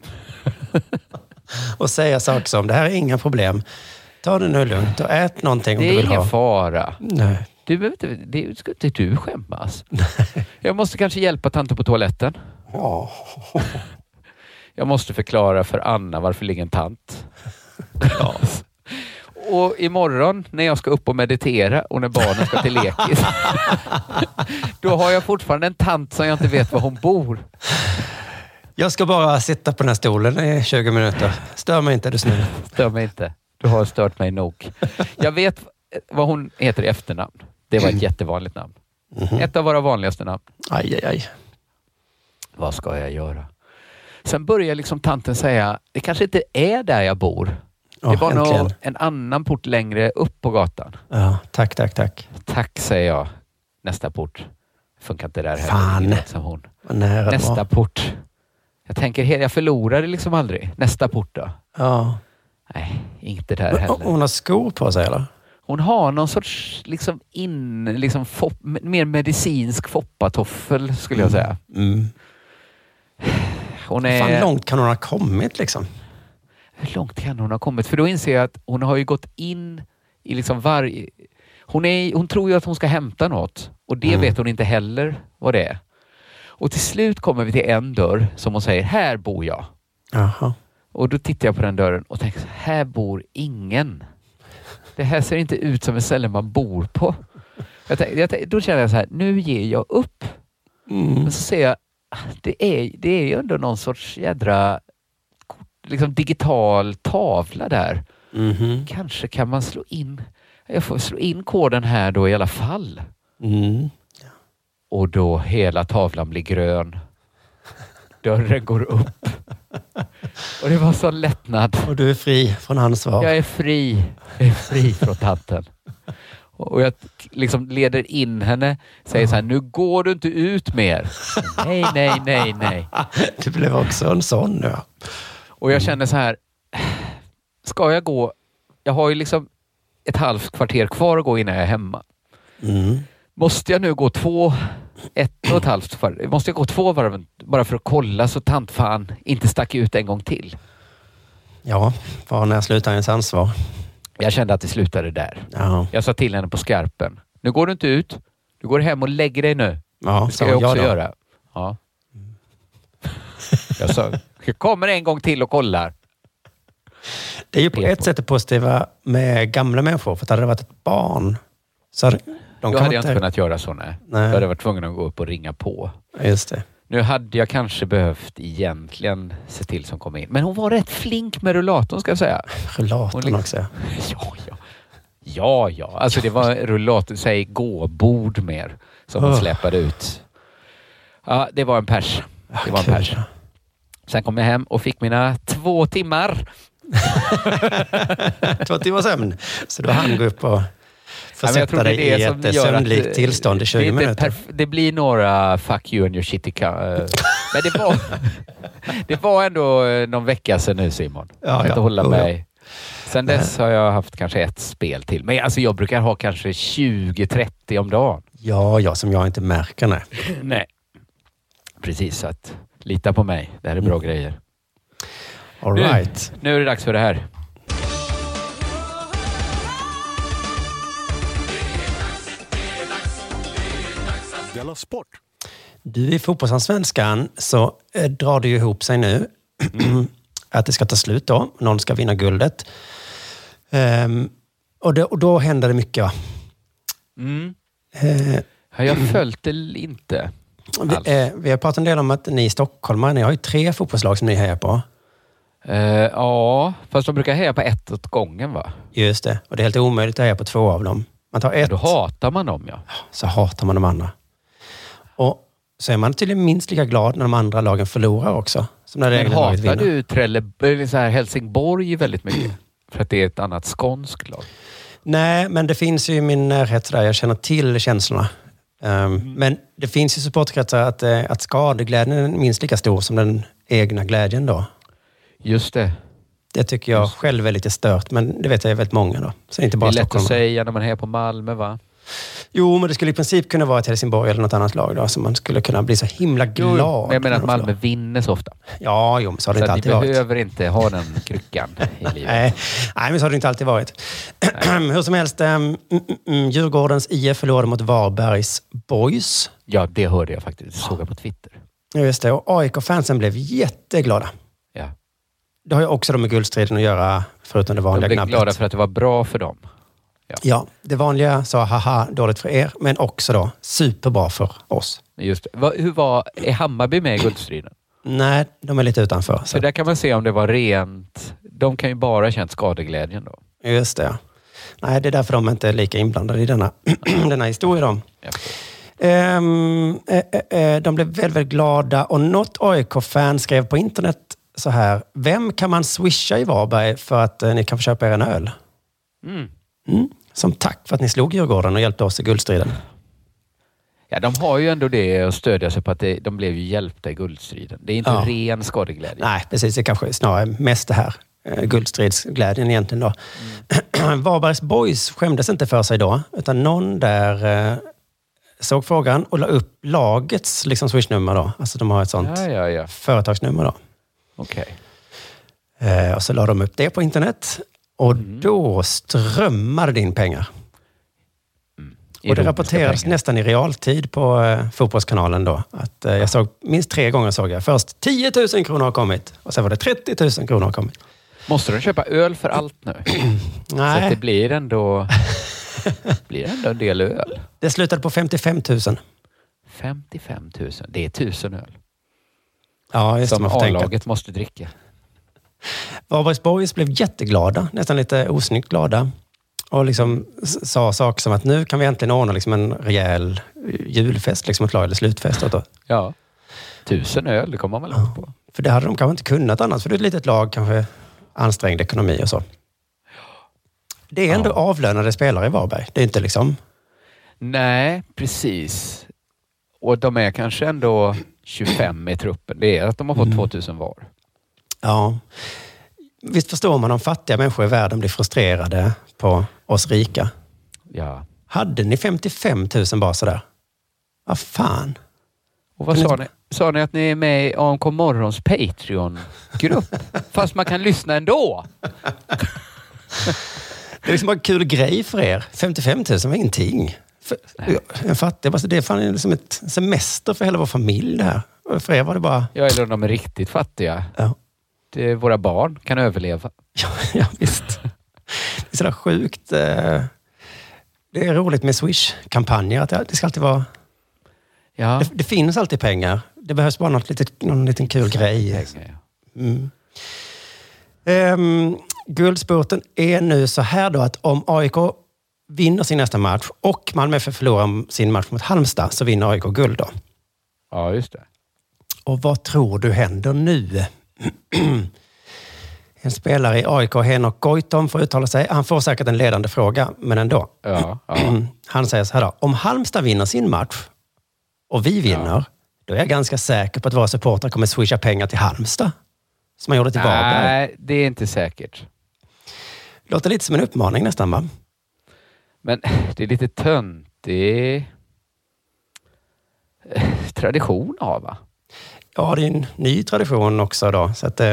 Och säga saker som, det här är inga problem. Ta det nu lugnt och ät någonting om du vill ha. Det är ingen fara. Nej. Du behöver inte, det ska inte du skämmas. Nej. Jag måste kanske hjälpa tanten på toaletten. Ja. Jag måste förklara för Anna varför ligger en tant. Ja. Och imorgon när jag ska upp och meditera och när barnen ska till lekis, då har jag fortfarande en tant som jag inte vet var hon bor. Jag ska bara sitta på den här stolen i tjugo minuter. Stör mig inte, är du snäll. Stör mig inte. Du har stört mig nog. Jag vet vad hon heter i efternamn. Det var ett jättevanligt namn. Mm-hmm. Ett av våra vanligaste namn. Aj, aj, aj. Vad ska jag göra? Sen börjar liksom tanten säga, det kanske inte är där jag bor. Oh, det var äntligen. nog en annan port längre upp på gatan. Ja, tack, tack, tack. Tack, säger jag. Nästa port. Funkar inte där Fan. heller. Som hon. Nästa var. port. Jag tänker, jag förlorade liksom aldrig. Nästa port då. Ja. Nej, inte där heller. Hon har skor på sig, eller? Hon har någon sorts liksom in, liksom fop, mer medicinsk foppatoffel skulle jag säga. Mm. Hon är... Fan långt kan hon ha kommit liksom? Hur långt kan hon ha kommit? För då inser jag att hon har ju gått in i liksom varje... Hon, är, hon tror ju att hon ska hämta något. Och det mm. vet hon inte heller vad det är. Och till slut kommer vi till en dörr som hon säger, här bor jag. Aha. Och då tittar jag på den dörren och tänker, här bor ingen. Det här ser inte ut som en ställe man bor på. Jag tänkte, jag tänkte, då känner jag så här, nu ger jag upp. Mm. Men så ser jag, det är, det är ju ändå någon sorts jädra liksom digital tavla där. Mm. Kanske kan man slå in, jag får slå in koden här då i alla fall. Mm. Och då hela tavlan blir grön. Dörren går upp. Och det var så lättnad. Och du är fri från ansvar. Jag är fri. Jag är fri från tanten. Och jag liksom leder in henne. Säger så här, nu går du inte ut mer. Nej, nej, nej, nej. Du blev också en sån nu. Ja. Och jag känner så här. Ska jag gå? Jag har ju liksom ett halvt kvarter kvar att gå innan jag är hemma. Mm. Måste jag nu gå två, ett och ett halvt varv? Måste jag gå två varv bara för att kolla så tant fan inte stack ut en gång till? Ja, var när slutar ens ansvar? Jag kände att det slutade där. Ja. Jag sa till henne på skarpen. Nu går du inte ut. Du går hem och lägger dig nu. Ja, det ska jag också jag göra. Ja. Jag sa, jag kommer en gång till och kollar. Det är ju på ett sätt det positiva med gamla människor. För att hade det varit ett barn så hade, de Då hade jag inte inte kunnat göra så, nej. nej. Då hade jag varit tvungen att gå upp och ringa på. Just det. Nu hade jag kanske behövt egentligen se till som kom in. Men hon var rätt flink med rullatorn, ska jag säga. Rullatorn liksom, också? Ja, ja. Ja, ja. Alltså det var rullator, säg gåbord mer. Som hon oh. släppade ut. Ja, det var en pers. Det var en pers. Sen kom jag hem och fick mina två timmar. Två timmar sömn. Så då hann gå upp och försätta dig i ett sömnlikt tillstånd i tjugo det minuter. Perf- det blir några fuck you and your shitty ca- Men det var, det var ändå någon vecka sedan nu, Simon. Ja, jag kan inte ja. hålla Oh, mig. ja. Sen dess har jag haft kanske ett spel till. Men alltså jag brukar ha kanske tjugo trettio om dagen. Ja, ja, som jag inte märker. Nej. Nej. Precis, så att lita på mig. Det här är bra mm. grejer. All right. Nu, nu är det dags för det här. Della Sport. Du, i fotbollsallsvenskan så eh, drar det ju ihop sig nu mm. att det ska ta slut då. Någon ska vinna guldet. Um, och, det, och då händer det mycket, va? Mm. Eh, har jag följt det inte? Vi, eh, vi har pratat en del om att ni i Stockholm, ni har ju tre fotbollslag som ni hejar på. Uh, ja, fast de brukar heja på ett åt gången, va? Just det, och det är helt omöjligt att heja på två av dem. Man tar ett. Då hatar man dem, ja. Så hatar man de andra. Och så är man tydligen minst lika glad när de andra lagen förlorar också. Som när det Men hatar du Trelleborg, så här Helsingborg väldigt mycket? För att det är ett annat skånskt lag. Nej, men det finns ju i min närhet där jag känner till känslorna. Um, mm. Men det finns ju supportkretsar att, att skadeglädjen är minst lika stor som den egna glädjen då. Just det. Det tycker jag själv är lite stört, men det vet jag är väldigt många då. Så det är inte bara det är lätt Stockholm. Att säga när man är på Malmö, va? Jo, men det skulle i princip kunna vara ett Helsingborg eller något annat lag då, så man skulle kunna bli så himla glad. Jo, men jag menar att Malmö vinner så ofta. Ja, jo, men så har det så inte alltid varit. Så ni behöver inte ha den kryckan i livet. Nej, nej, men så har det inte alltid varit. Hur som helst, um, um, Djurgårdens I F förlorade mot Varbergs Boys. Ja, det hörde jag faktiskt. Det såg jag på Twitter. Ja, just det. Och A I K-fansen blev jätteglada. Ja. Det har ju också med guldstriden att göra, förutom det vanliga gnabbet. De blev glada för att det var bra för dem. Ja. ja, det vanliga sa haha, dåligt för er, men också då superbra för oss. Just det. Va, hur var, är Hammarby med i guldstriden? Nej, de är lite utanför. Så. så där kan man se om det var rent. De kan ju bara ha känt skadeglädjen då. Just det, ja. Nej, det är därför de inte är lika inblandade i denna, denna historia då. Ja. Um, eh, eh, de blev väldigt, väldigt glada och något A I K-fan skrev på internet så här: vem kan man swisha i Varberg för att eh, ni kan få köpa er en öl? Mm. Mm. Som tack för att ni slog Djurgården och hjälpte oss i guldstriden. Ja, de har ju ändå det att stödja sig på att det, de blev ju hjälpta i guldstriden. Det är inte ja. ren skadeglädje. Nej, precis. Det kanske snarare mest det här eh, guldstridsglädjen egentligen då. Mm. Varbergs Boys skämdes inte för sig då, utan någon där eh, såg frågan och la upp lagets liksom swishnummer då. Alltså de har ett sånt ja, ja, ja. företagsnummer då. Okej. Okay. Eh, och så la de upp det på internet. Och Mm. då strömmade din pengar. Mm. Och det rapporterades pengar. nästan i realtid på eh, Fotbollskanalen då. Att eh, jag såg, minst tre gånger såg jag. Först tio tusen kronor har kommit. Och sen var det trettio tusen kronor har kommit. Måste de köpa öl för allt nu? Så Nej, att det blir ändå, blir ändå en del öl. det slutade på femtiofem tusen. femtiofem tusen. Det är tusen öl. Ja, just det, Som man får tänka. A-laget måste dricka. Varbergs Boys blev jätteglada, nästan lite osnyggt glada. Och liksom s- sa saker som att nu kan vi äntligen ordna liksom en rejäl julfest, liksom ett lag eller slutfest. Då. Ja. Tusen öl, det kommer man väl långt på. För det hade de kanske inte kunnat annars, för det är ett litet lag, kanske ansträngd ekonomi och så. Det är ändå Ja. avlönade spelare i Varberg. Det är inte liksom... Nej, precis. Och de är kanske ändå tjugofem i truppen. Det är att de har fått Mm. tvåtusen var. Ja. Visst förstår man om fattiga människor i världen blir frustrerade på oss rika. Ja. Hade ni femtiofem tusen bara sådär? Vad fan? Och vad sa ni? Sa ni att ni är med i A M K Morgons Patreon-grupp? Fast man kan lyssna ändå. Det är liksom bara en kul grej för er. femtiofem tusen var ingenting. För, en fattig, det är fan liksom ett semester för hela vår familj det här. Och för er var det bara... Ja, eller de är riktigt fattiga. Ja, Det, våra barn kan överleva. ja, ja visst. Det är sådär sjukt. eh, Det är roligt med Swish-kampanjer. Att det det ska alltid vara... Ja. Det, det finns alltid pengar. Det behövs bara något litet, någon liten kul grej. Pengar, ja. Mm. Um, guldspurten är nu så här då att om A I K vinner sin nästa match och Malmö F F förlorar sin match mot Halmstad så vinner A I K guld då. Ja, just det. Och vad tror du händer nu? En spelare i A I K, Henok Goitom, får uttala sig. Han får säkert en ledande fråga, men ändå. Ja, ja. Han säger så här då. Om Halmstad vinner sin match och vi vinner, Ja. då är jag ganska säker på att våra supportrar kommer swisha pengar till Halmstad. Som man gjorde till Varberg. Nej, det är inte säkert. Låter lite som en uppmaning nästan, va? Men det är lite töntig tradition av, va? Ja, det är en ny tradition också då. Så att det...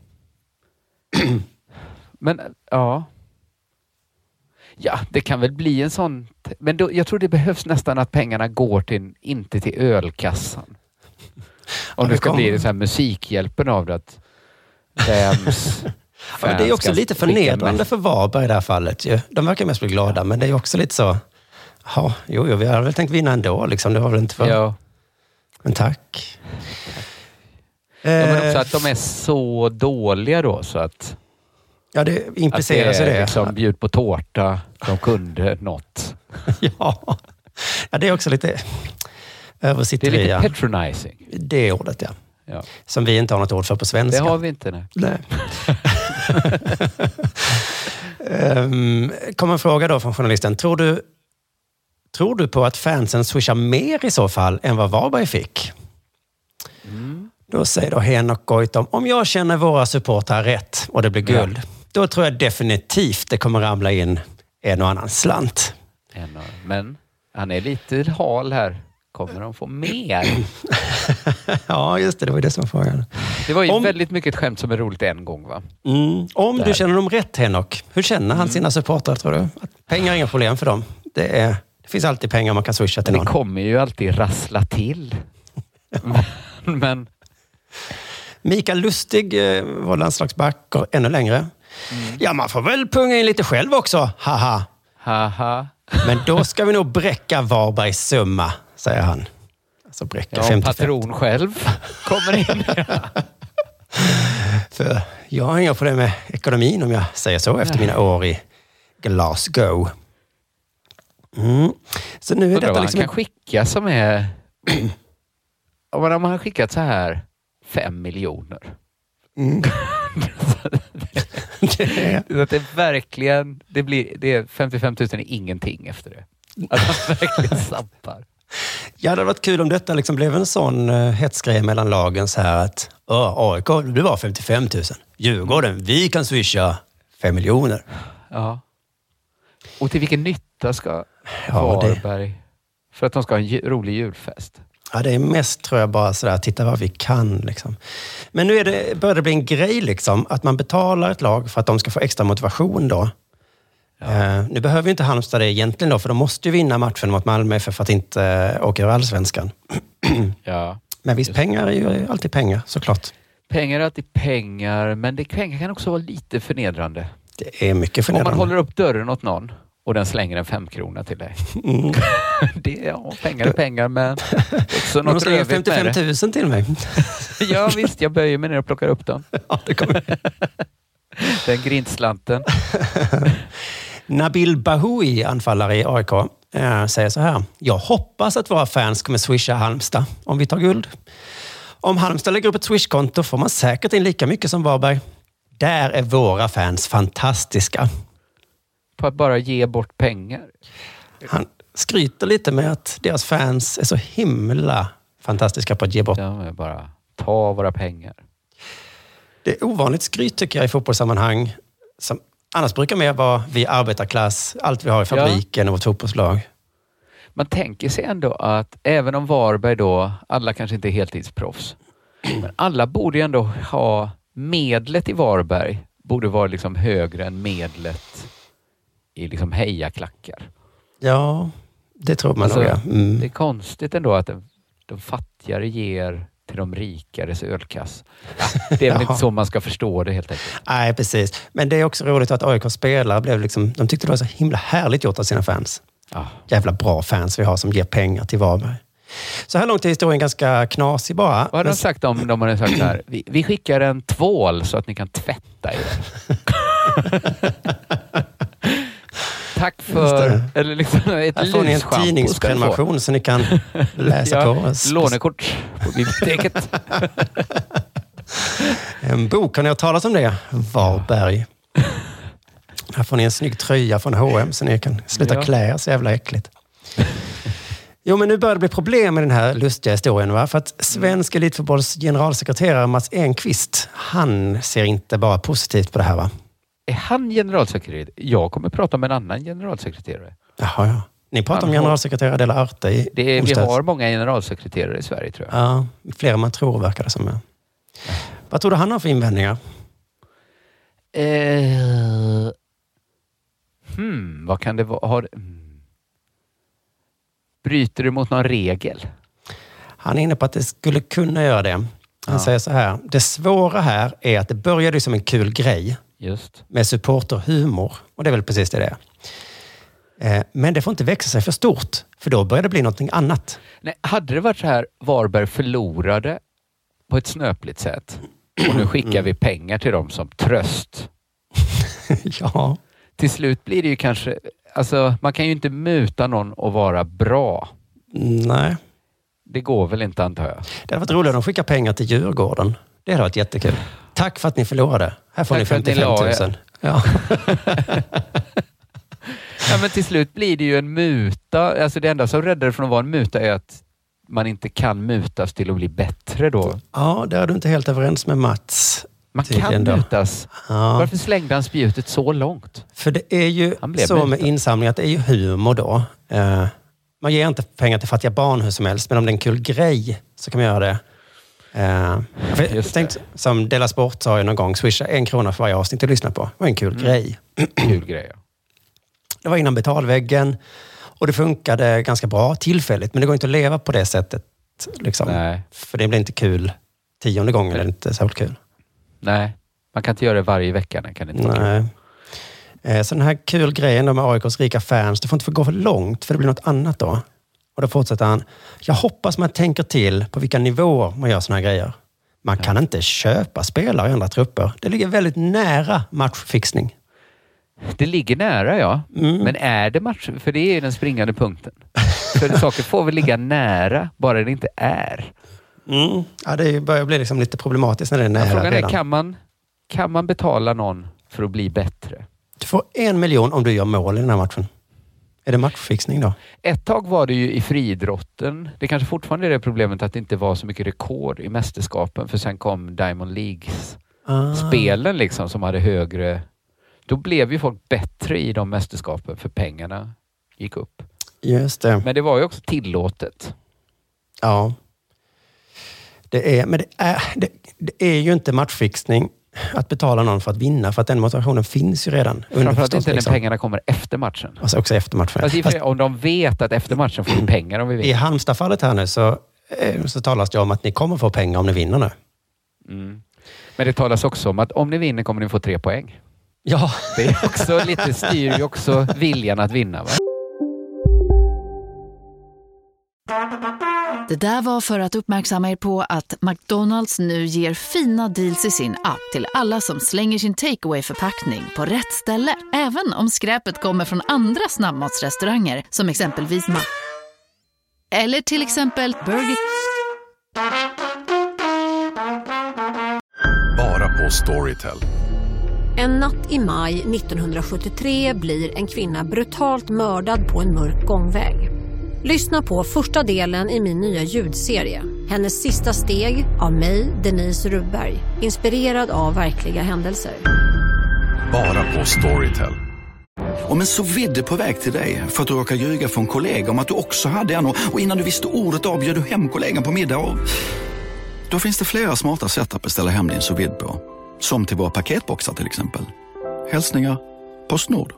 Men ja. Ja, det kan väl bli en sån... Men då, jag tror det behövs nästan att pengarna går till, inte till ölkassan. Om Ja, det det ska kommer. bli det så här musikhjälpen av det. Att vems Ja, men det är också fans lite ska skicka förnedrande mest. för Varberg i det här fallet. Ju. De verkar mest bli glada, men det är också lite så... Ja, jo, jo, vi hade väl tänkt vinna ändå. Liksom. Det var väl inte för... Ja. Men tack. Ja, men också Eh, att de är så dåliga då så att... Ja, det Att impliceras i det är det. liksom bjud på tårta, de kunde något. Ja. Ja, det är också lite Det är översitteri. lite Ja. patronizing. Det är ordet, ja. Ja. Som vi inte har något ord för på Det svenska. har vi inte nu. Nej. um, kommer en fråga då från journalisten. Tror du, tror du på att fansen swishar mer i så fall än vad Varberg fick? Mm. Då säger då Henok Goitom, om jag känner våra supportrar rätt och det blir guld, Ja. då tror jag definitivt det kommer ramla in en och annan slant. En av- Men han är lite hal här. Kommer de få mer? Ja, just det. Det var ju det som var frågan. Det var ju Om- väldigt mycket ett skämt som är roligt en gång, va? Mm. Om Där. du känner dem rätt, Henok, hur känner han sina supportrar, tror du? Att pengar är inga problem för dem. Det, är, det finns alltid pengar man kan swisha till Det någon. kommer ju alltid rassla till. Men, men Mikael Lustig, eh, vår landslagsback, och ännu längre. Ja, man får väl punga in lite själv också, haha. haha. Men då ska vi nog bräcka Varbergs summa, säger han. Alltså bräcka Ja, om femtiofem. patron själv kommer in. För jag har inga problem med ekonomin, om jag säger så, efter mina år i Glasgow. Mm. Så nu är Undrar detta vad liksom... han kan skicka som är... Om han har skickat så här fem miljoner. Mm. det är... Så att det verkligen... Det, blir, det är femtiofem tusen är ingenting efter det. Att han verkligen sampar. Ja, det hade varit kul om detta liksom blev en sån uh, hetsgrej mellan lagen så här att A I K, det var femtiofem tusen. Djurgården, vi kan swisha fem miljoner. Ja. Och till vilken nytta ska Ja, det- Varberg... För att de ska ha en ju- rolig julfest. Ja, det är mest tror jag bara sådär, titta vad vi kan liksom. Men nu är det, börjar det bli en grej liksom, att man betalar ett lag för att de ska få extra motivation då. Ja. Eh, nu behöver ju inte Halmstad det egentligen då, för de måste ju vinna matchen mot Malmö för att inte äh, åka ur allsvenskan. Ja. Men visst, pengar är ju alltid pengar, såklart. Pengar är alltid pengar, men det pengar kan också vara lite förnedrande. Det är mycket förnedrande. Om man håller upp dörren åt någon och den slänger en femkrona till dig. Mm. Det är, ja, pengar är pengar, men också något slänger femtiofem tusen till mig. Ja visst, jag böjer mig ner och plockar upp dem. Ja, det kommer. Den grindslanten. Nabil Bahoui, anfallare i A I K, äh, säger så här. Jag hoppas att våra fans kommer swisha Halmstad om vi tar guld. Om Halmstad lägger upp ett swishkonto får man säkert in lika mycket som Varberg. Där är våra fans fantastiska. På att bara ge bort pengar. Han skryter lite med att deras fans är så himla fantastiska på att ge bort. Ja, men bara ta våra pengar. Det är ovanligt skryt tycker jag i fotbollssammanhang. Som annars brukar mer vara vi arbetarklass, allt vi har i fabriken ja. Och vårt fotbollslag. Man tänker sig ändå att även om Varberg då, alla kanske inte är heltidsproffs, men alla borde ju ändå ha medlet i Varberg borde vara liksom högre än medlet i liksom hejaklackar. Ja, det tror man alltså, nog. Ja. Mm. Det är konstigt ändå att de, de fattigare ger till de rikares ölkass. Ja, det är väl ja. Inte så man ska förstå det helt enkelt. Nej, precis. Men det är också roligt att A I K-spelare blev liksom, de tyckte det var så himla härligt gjort av sina fans. Ja. Jävla bra fans vi har som ger pengar till Varberg. Så här långt är historien ganska knasig bara. Vad har de sagt om de har sagt så här? Vi, vi skickar en tvål så att ni kan tvätta er. Tack för eller liksom ett här får ni en tidningsprenumeration så ni kan läsa ja, på oss. Lånekort på biblioteket. En bok, har ni hört talas om det? Varberg. Här får ni en snygg tröja från H och M så ni kan sluta ja. Klä så jävla äckligt. Jo, men nu börjar det bli problem med den här lustiga historien, va? För att svensk elitfotbolls generalsekreterare Mats Enqvist, han ser inte bara positivt på det här, va? Är han generalsekreterare? Jag kommer prata med en annan generalsekreterare. Jaha, ja. Ni pratar han om generalsekreterare Dela Arte i det är, Vi har många generalsekreterare i Sverige, tror jag. Ja, fler än man tror verkar det som. Ja. Vad tror du han har för invändningar? Eh... Hmm, vad kan det vara? Har... Bryter du mot någon regel? Han är inne på att det skulle kunna göra det. Han ja. Säger så här. Det svåra här är att det började som en kul grej. Just. Med supporterhumor. Och det är väl precis det det är. Eh, men det får inte växa sig för stort. För då börjar det bli någonting annat. Nej, hade det varit så här Varberg förlorade på ett snöpligt sätt. Och nu skickar vi pengar till dem som tröst. Ja. Till slut blir det ju kanske... Alltså, man kan ju inte muta någon och vara bra. Nej. Det går väl inte, antar jag. Det hade varit roligt om de skickar pengar till Djurgården. Det hade varit jättekul. Tack för att ni förlorade. Här får Tack ni femtiofem tusen. Ja. Ja, men till slut blir det ju en muta. Alltså det enda som räddar från att vara en muta är att man inte kan mutas till att bli bättre då. Ja, det är du inte helt överens med Mats. Man kan mutas. Ja. Varför slängde han spjutet så långt? För det är ju så med insamling att det är ju humor då. Uh, man ger inte pengar till fattiga barn hur som helst, men om det är en kul grej så kan man göra det. Uh, jag tänkte, som Dela Sport sa jag någon gång, swisha en krona för varje avsnitt att lyssna på. Det var en kul mm. grej. Kul grej, ja. Det var innan betalväggen och det funkade ganska bra tillfälligt, men det går inte att leva på det sättet. Liksom. Nej. För det blir inte kul tionde gången, det är inte särskilt kul. Nej, man kan inte göra det varje vecka. Kan inte Nej. Eh, så den här kul grejen med A I K:s rika fans, det får inte gå för långt för det blir något annat då. Och då fortsätter han. Jag hoppas man tänker till på vilka nivåer man gör såna här grejer. Man kan ja. inte köpa spelare i andra trupper. Det ligger väldigt nära matchfixning. Det ligger nära, ja. Mm. Men är det match? För det är den springande punkten. För saker får väl ligga nära, bara det inte är. Mm. Ja, det börjar bli liksom lite problematiskt när det är nära. Ja, frågan är, kan man, kan man betala någon för att bli bättre? Du får en miljon om du gör mål i den här matchen. Är det matchfixning då? Ett tag var det ju i friidrotten. Det kanske fortfarande är det problemet att det inte var så mycket rekord i mästerskapen. För sen kom Diamond Leagues ah. spelen liksom som hade högre... Då blev ju folk bättre i de mästerskapen för pengarna gick upp. Just det. Men det var ju också tillåtet. Ja. Det är, men det är, det, det är ju inte matchfixning att betala någon för att vinna, för att den motivationen finns ju redan. Framförallt inte liksom. När pengarna kommer efter matchen. Alltså också efter matchen. Alltså, Fast, om de vet att efter matchen får vi pengar om vi vinner. I Halmstad-fallet här nu så, så talas det om att ni kommer få pengar om ni vinner nu. Mm. Men det talas också om att om ni vinner kommer ni få tre poäng. Ja. Det är också lite, styr ju också viljan att vinna, va? Det där var för att uppmärksamma er på att McDonalds nu ger fina deals i sin app till alla som slänger sin takeaway-förpackning på rätt ställe. Även om skräpet kommer från andra snabbmatsrestauranger som exempelvis Ma... Eller till exempel Burger... Bara på Storytel. En natt i maj nittonhundrasjuttiotre blir en kvinna brutalt mördad på en mörk gångväg. Lyssna på första delen i min nya ljudserie. Hennes sista steg av mig, Denise Rubberg. Inspirerad av verkliga händelser. Bara på Storytel. Om en sous vide på väg till dig för att du råkar ljuga för en kollega om att du också hade en. Och innan du visste ordet av bjöd du hem kollegan på middag. Och då finns det flera smarta sätt att beställa hem din sous vide på. Som till våra paketboxar till exempel. Hälsningar Postnord.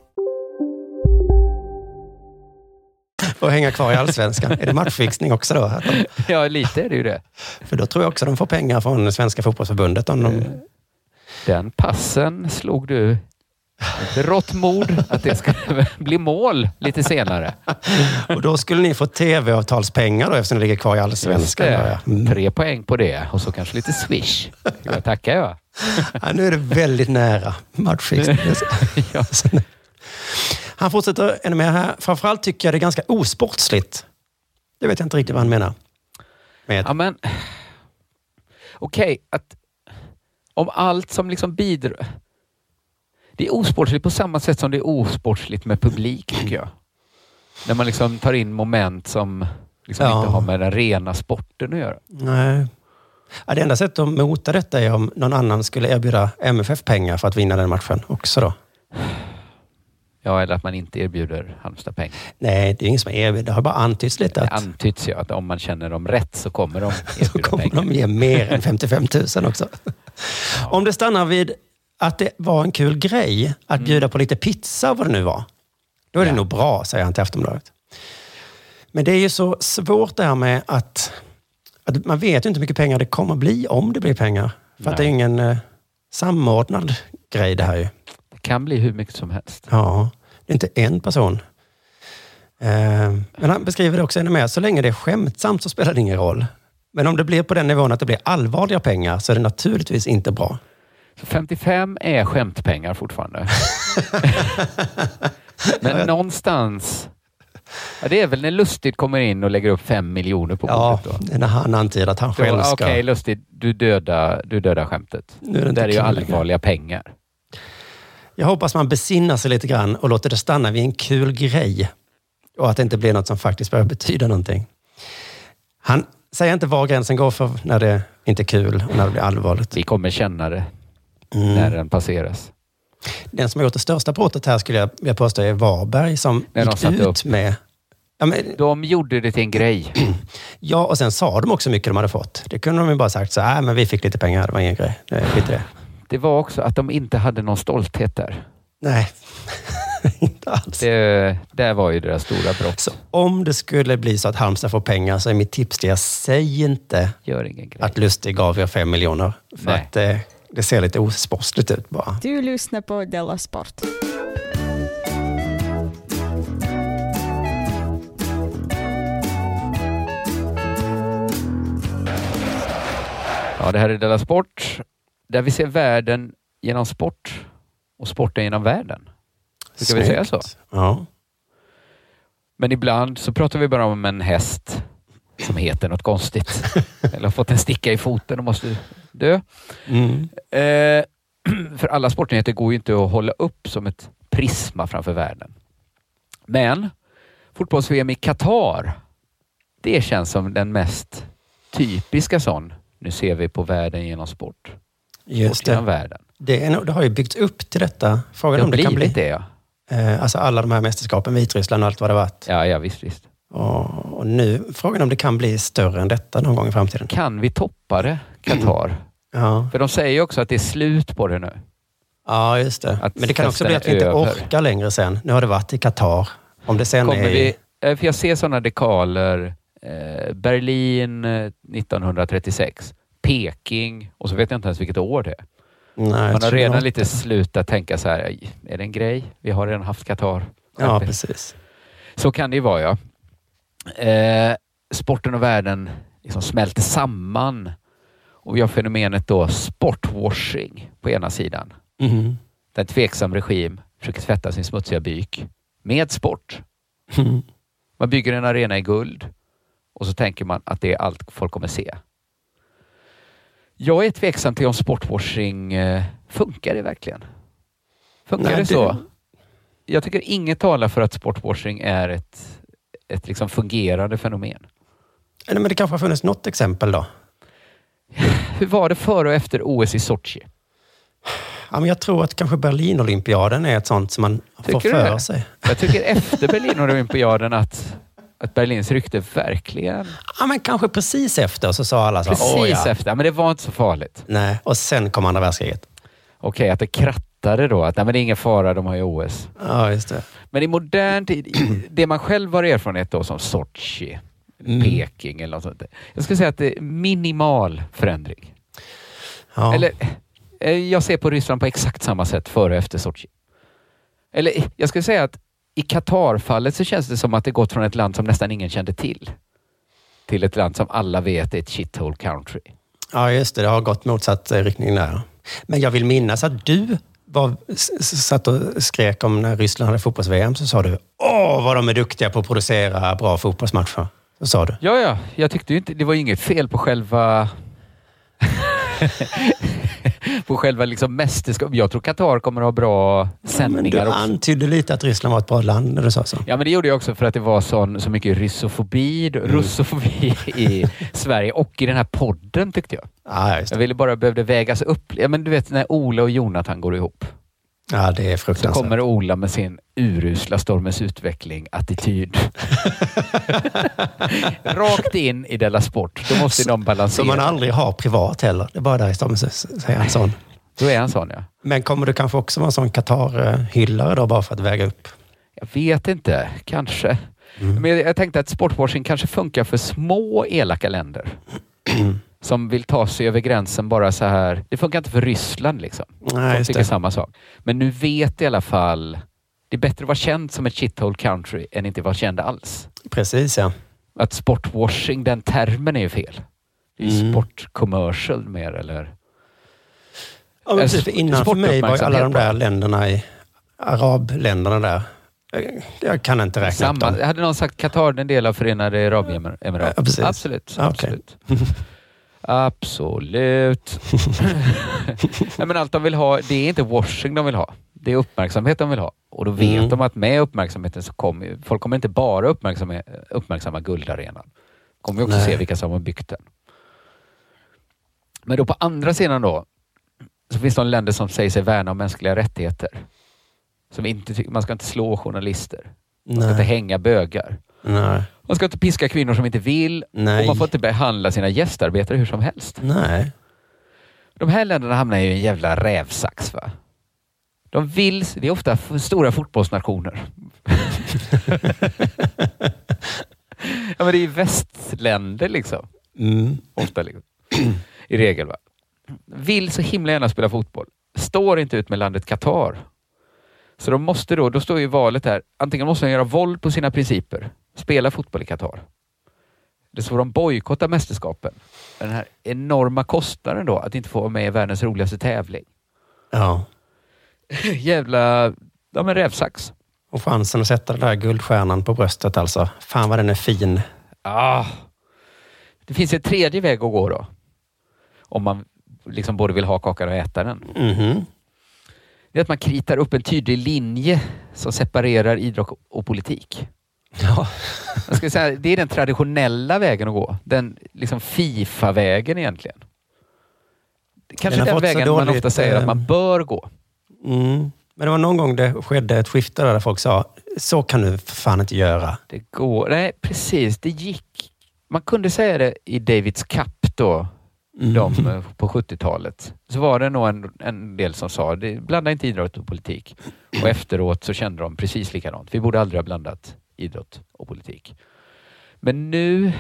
Och hänga kvar i Allsvenskan. Är det matchfixning också då? Att de... Ja, lite är det ju det. För då tror jag också de får pengar från det svenska fotbollsförbundet. Om de... Den passen slog du rått mord att det ska bli mål lite senare. Och då skulle ni få tv-avtalspengar då eftersom ni ligger kvar i Allsvenskan. Mm. Tre poäng på det och så kanske lite swish. Jag tackar jag. Ja, nu är det väldigt nära matchfixning. Ja. Han fortsätter ännu mer här. Framförallt tycker jag det är ganska osportsligt. Det vet jag inte riktigt vad han menar. Med. Ja, men okej, okay, att om allt som liksom bidrar... Det är osportsligt på samma sätt som det är osportsligt med publik, tycker jag. När man liksom tar in moment som liksom ja. inte har med den rena sporten att göra. Nej. Ja, det enda sättet att mota detta är om någon annan skulle erbjuda M F F-pengar för att vinna den matchen också då. Ja, eller att man inte erbjuder Halmstad pengar. Nej, det är ingen som erbjuder. Det har bara antytts lite. Att... Det antyds ju att om man känner dem rätt så kommer de erbjuda så kommer pengar. de ge mer än femtiofem tusen också. Ja. Om det stannar vid att det var en kul grej att mm. bjuda på lite pizza, vad det nu var. Då är det ja. nog bra, säger han till Aftonbladet. Men det är ju så svårt det här med att, att man vet ju inte hur mycket pengar det kommer att bli om det blir pengar. För Nej. att det är ingen eh, samordnad grej det här ju. Det kan bli hur mycket som helst. Ja, det är inte en person. Eh, men han beskriver det också ännu mer. Så länge det är skämtsamt så spelar det ingen roll. Men om det blir på den nivån att det blir allvarliga pengar så är det naturligtvis inte bra. Så femtiofem är skämtpengar fortfarande. Men någonstans... Ja, det är väl när Lustigt kommer in och lägger upp fem miljoner på bordet då. Ja, när han antyder att han själv ska... Okej, okay, Lustigt, du dödar, du dödar skämtet. Nu är det, det är ju allvarliga pengar. Jag hoppas man besinnar sig lite grann och låter det stanna vid en kul grej. Och att det inte blir något som faktiskt börjar betyda någonting. Han säger inte var gränsen går för när det inte är kul och när det blir allvarligt. Vi kommer känna det mm. när den passeras. Den som har gjort det största brottet här skulle jag vilja påstå är Varberg som när gick ut upp. med... Ja, men, de gjorde det till en grej. Ja, och sen sa de också mycket de hade fått. Det kunde de ju bara sagt så här, men vi fick lite pengar, det var ingen grej. Det, det. det var också att de inte hade någon stolthet där. Nej, inte alls. Det, det var ju deras stora brott. Så om det skulle bli så att Halmstad får pengar så är mitt tips till er, säg inte Gör ingen grej. att Lustig gav er fem miljoner. För Nej. att det, det ser lite osportsligt ut bara. Du lyssnar på Della Sport. Ja, det här är Della Sport. Där vi ser världen genom sport och sporten genom världen. Ska vi säga så? Ja. Men ibland så pratar vi bara om en häst som heter något konstigt. Eller har fått en sticka i foten och måste dö. Mm. Eh, för alla sportenheter går ju inte att hålla upp som ett prisma framför världen. Men fotbolls-V M i Qatar, det känns som den mest typiska sån. Nu ser vi på världen genom sport. Just det. Världen. Det, är, det har ju byggts upp till detta. Frågan det om det kan bli. Det, ja. eh, alltså alla de här mästerskapen, Vitryssland och allt vad det varit. Ja, ja visst, visst. Och, Och nu, frågan om det kan bli större än detta någon gång i framtiden. Kan vi toppa det, Qatar? Ja. För de säger ju också att det är slut på det nu. Ja, just det. Att Men det kan också bli att vi inte över. orkar längre sen. Nu har det varit i Qatar. Om det sen Kommer är... vi, för jag ser sådana dekaler. Eh, Berlin eh, nittonhundratrettiosex. Peking. Och så vet jag inte ens vilket år det är. Nej, Man har redan tjugoåtta. lite slutat tänka så här. Är det en grej? Vi har redan haft Qatar. Ja, precis. Så kan det ju vara, ja. Eh, sporten och världen liksom smälter samman. Och vi har fenomenet då sportwashing på ena sidan. Mm. Där en tveksam regim försöker tvätta sin smutsiga byk med sport. Mm. Man bygger en arena i guld och så tänker man att det är allt folk kommer se. Jag är tveksam till om sportwashing eh, funkar det verkligen. Funkar Nej, det det... så? Jag tycker inget talar för att sportwashing är ett, ett liksom fungerande fenomen. Nej, men det kanske har funnits något exempel då. Hur var det före och efter O S i Sochi? Ja, men jag tror att kanske Berlinolympiaden är ett sånt som man Tycker får du för det? sig. Jag tycker efter Berlinolympiaden att, att Berlins rykte verkligen... Ja, men kanske precis efter så sa alla så. Precis Åh, ja. efter, men det var inte så farligt. Nej, och sen kom andra världskriget. Okej, att det krattade då. Att nej, men det är ingen fara, de har ju O S. Ja, just det. Men i modern tid, i det man själv har erfarenhet då som Sochi, Mm. Peking eller något sånt. Jag skulle säga att det är minimal förändring. Ja. Eller, eh, jag ser på Ryssland på exakt samma sätt före och efter Sochi. Eller jag skulle säga att i Qatar-fallet så känns det som att det gått från ett land som nästan ingen kände till till ett land som alla vet är ett shithole country. Ja, just det. Det har gått motsatt eh, riktning där. Men jag vill minnas att du var, s- s- satt och skrek om när Ryssland hade fotbolls-V M, så sa du, åh vad de är duktiga på att producera bra fotbollsmatcher. Så sa du. Ja, ja. Jag tyckte ju inte, det var ju inget fel på själva på själva liksom mästerskap. Jag tror Qatar kommer att ha bra sändningar ja, men du också. antydde lite att Ryssland var ett bra land när du sa så. Ja, men det gjorde jag också för att det var sån, så mycket russofobi, mm. russofobi i Sverige och i den här podden tyckte jag. Ja, just det. Jag ville bara behövde vägas upp. Ja, men du vet när Ola och Jonathan går ihop. Ja, det är Så fruktansvärt. kommer Ola med sin urusla Stormens utveckling-attityd. Rakt in i Della Sport. Då måste de balansera. Som man aldrig har privat heller. Det är bara där i Stormens, säger han sån. Då är han sån, ja. Men kommer du kanske också vara en sån Qatar-hyllare då, bara för att väga upp? Jag vet inte. Kanske. Mm. Men jag, jag tänkte att sportwashing kanske funkar för små elaka länder. Som vill ta sig över gränsen bara så här. Det funkar inte för Ryssland liksom. Nej, de tycker samma sak. Men nu vet i alla fall. Det är bättre att vara känd som ett shithole country än inte vara känd alls. Precis, ja. Att sportwashing, den termen är ju fel. Det är Mm. sportcommercial mer eller... Ja, men precis, för innan för mig var alla de där länderna i arabländerna där. Jag kan inte räkna Samma. upp dem. Hade någon sagt Qatar är en del av Förenade Arabemiraten? Ja, precis. Absolut. Ja, absolut. Absolut. Nej, men allt de vill ha, det är inte washing de vill ha. Det är uppmärksamhet de vill ha. Och då vet Mm. de att med uppmärksamheten så kommer folk kommer inte bara uppmärksamma, uppmärksamma guldarenan. Kommer ju också Nej. se vilka som har byggt den. Men då på andra sidan då så finns det länder som säger sig värna om mänskliga rättigheter. Som inte tycker, man ska inte slå journalister. Man ska Nej. inte hänga bögar. Nej. Man ska inte piska kvinnor som inte vill. Nej. Och man får inte behandla sina gästarbetare hur som helst. Nej. De här länderna hamnar ju i en jävla rävsax, va? De vill, det är ofta f- stora fotbollsnationer. Ja, men det är ju västländer liksom. Mm. Ofta liksom. I regel, va? Vill så himla gärna spela fotboll. Står inte ut med landet Qatar. Så de måste då, då står ju valet här. Antingen måste de göra våld på sina principer. Spela fotboll i Qatar. Det så får de bojkotta mästerskapen. Den här enorma kostnaden då att inte få vara med i världens roligaste tävling. Ja. Jävla, ja men rävsax. Och chansen att sätta den där guldstjärnan på bröstet alltså. Fan vad den är fin. Ah. Det finns en tredje väg att gå då. Om man liksom både vill ha kakan och äta den. Mhm. Det är att man kritar upp en tydlig linje som separerar idrott och politik. Ja. Jag ska säga, det är den traditionella vägen att gå. Den liksom FIFA-vägen egentligen. Kanske Den har den fått så vägen man dåligt, ofta säger eh, att man bör gå. Mm. Men det var någon gång det skedde ett skifte där folk sa, så kan du för fan inte göra. Det går, nej precis, det gick. Man kunde säga det i Davids Cup då, mm. de på sjuttiotalet. Så var det nog en, en del som sa, det, blanda inte idrott och politik. Och efteråt så kände de precis likadant. Vi borde aldrig ha blandat idrott och politik. Men nu,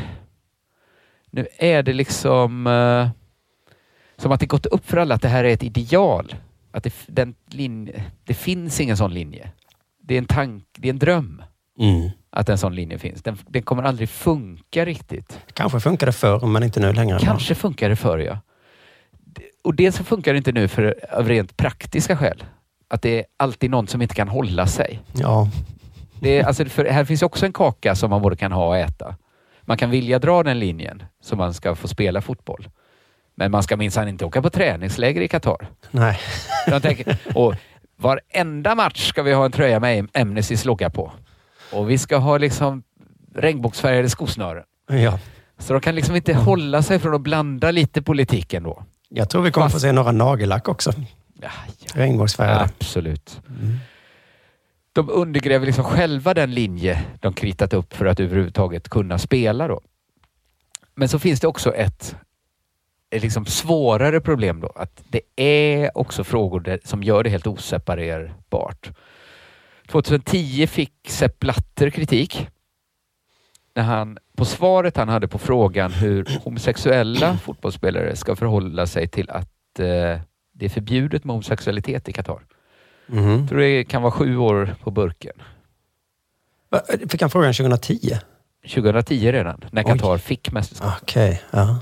nu är det liksom uh, som att det gått upp för alla att det här är ett ideal. Att det, den linje, det finns ingen sån linje. Det är en tank, det är en dröm mm. att en sån linje finns. Den, den kommer aldrig funka riktigt. Kanske funkar det förr, men inte nu längre. Kanske bara. Funkar det förr, ja. Och det så funkar det inte nu för av rent praktiska skäl. Att det är alltid någon som inte kan hålla sig. Ja. Det är, alltså, för här finns också en kaka som man både kan ha och äta. Man kan vilja dra den linjen så man ska få spela fotboll. Men man ska minsann inte åka på träningsläger i Qatar. Nej. De tänker, och varenda match ska vi ha en tröja med Amnestys logga på. Och vi ska ha liksom regnbågsfärgade skosnören. Ja. Så de kan liksom inte hålla sig från att blanda lite politiken då. Jag tror vi kommer Fast... få se några nagellack också. Ja, ja. Regnbågsfärgade. Absolut. Mm. De undergräver liksom själva den linje de kritat upp för att överhuvudtaget kunna spela då. Men så finns det också ett liksom svårare problem då. Att det är också frågor där, som gör det helt oseparerbart. tjugohundratio fick Sepp Blatter kritik när han, på svaret han hade på frågan hur homosexuella fotbollsspelare ska förhålla sig till att eh, det är förbjudet med homosexualitet i Qatar. Mm. Jag tror det kan vara sju år på burken. Fick han frågan tjugohundratio? tjugohundratio redan, när Qatar Oj. fick mästerskap. Okej, okay. ja.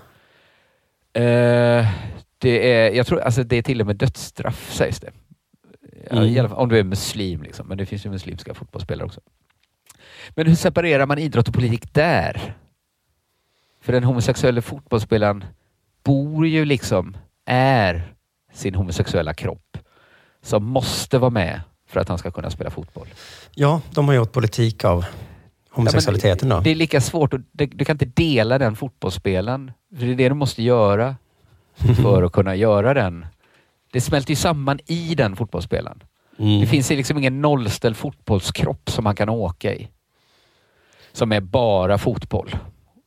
Uh, det är, jag tror, alltså det är till och med dödsstraff sägs det. Mm. I alla fall, om du är muslim liksom, men det finns ju muslimska fotbollsspelare också. Men hur separerar man idrott och politik där? För den homosexuella fotbollsspelaren bor ju liksom, är sin homosexuella kropp som måste vara med för att han ska kunna spela fotboll. Ja, de har gjort politik av homosexualiteten då. Ja, det är lika svårt, och du, du kan inte dela den fotbollsspelaren. För det är det du måste göra för att kunna göra den. Det smälter ju samman i den fotbollsspelaren. Mm. Det finns liksom ingen nollställd fotbollskropp som man kan åka i. Som är bara fotboll.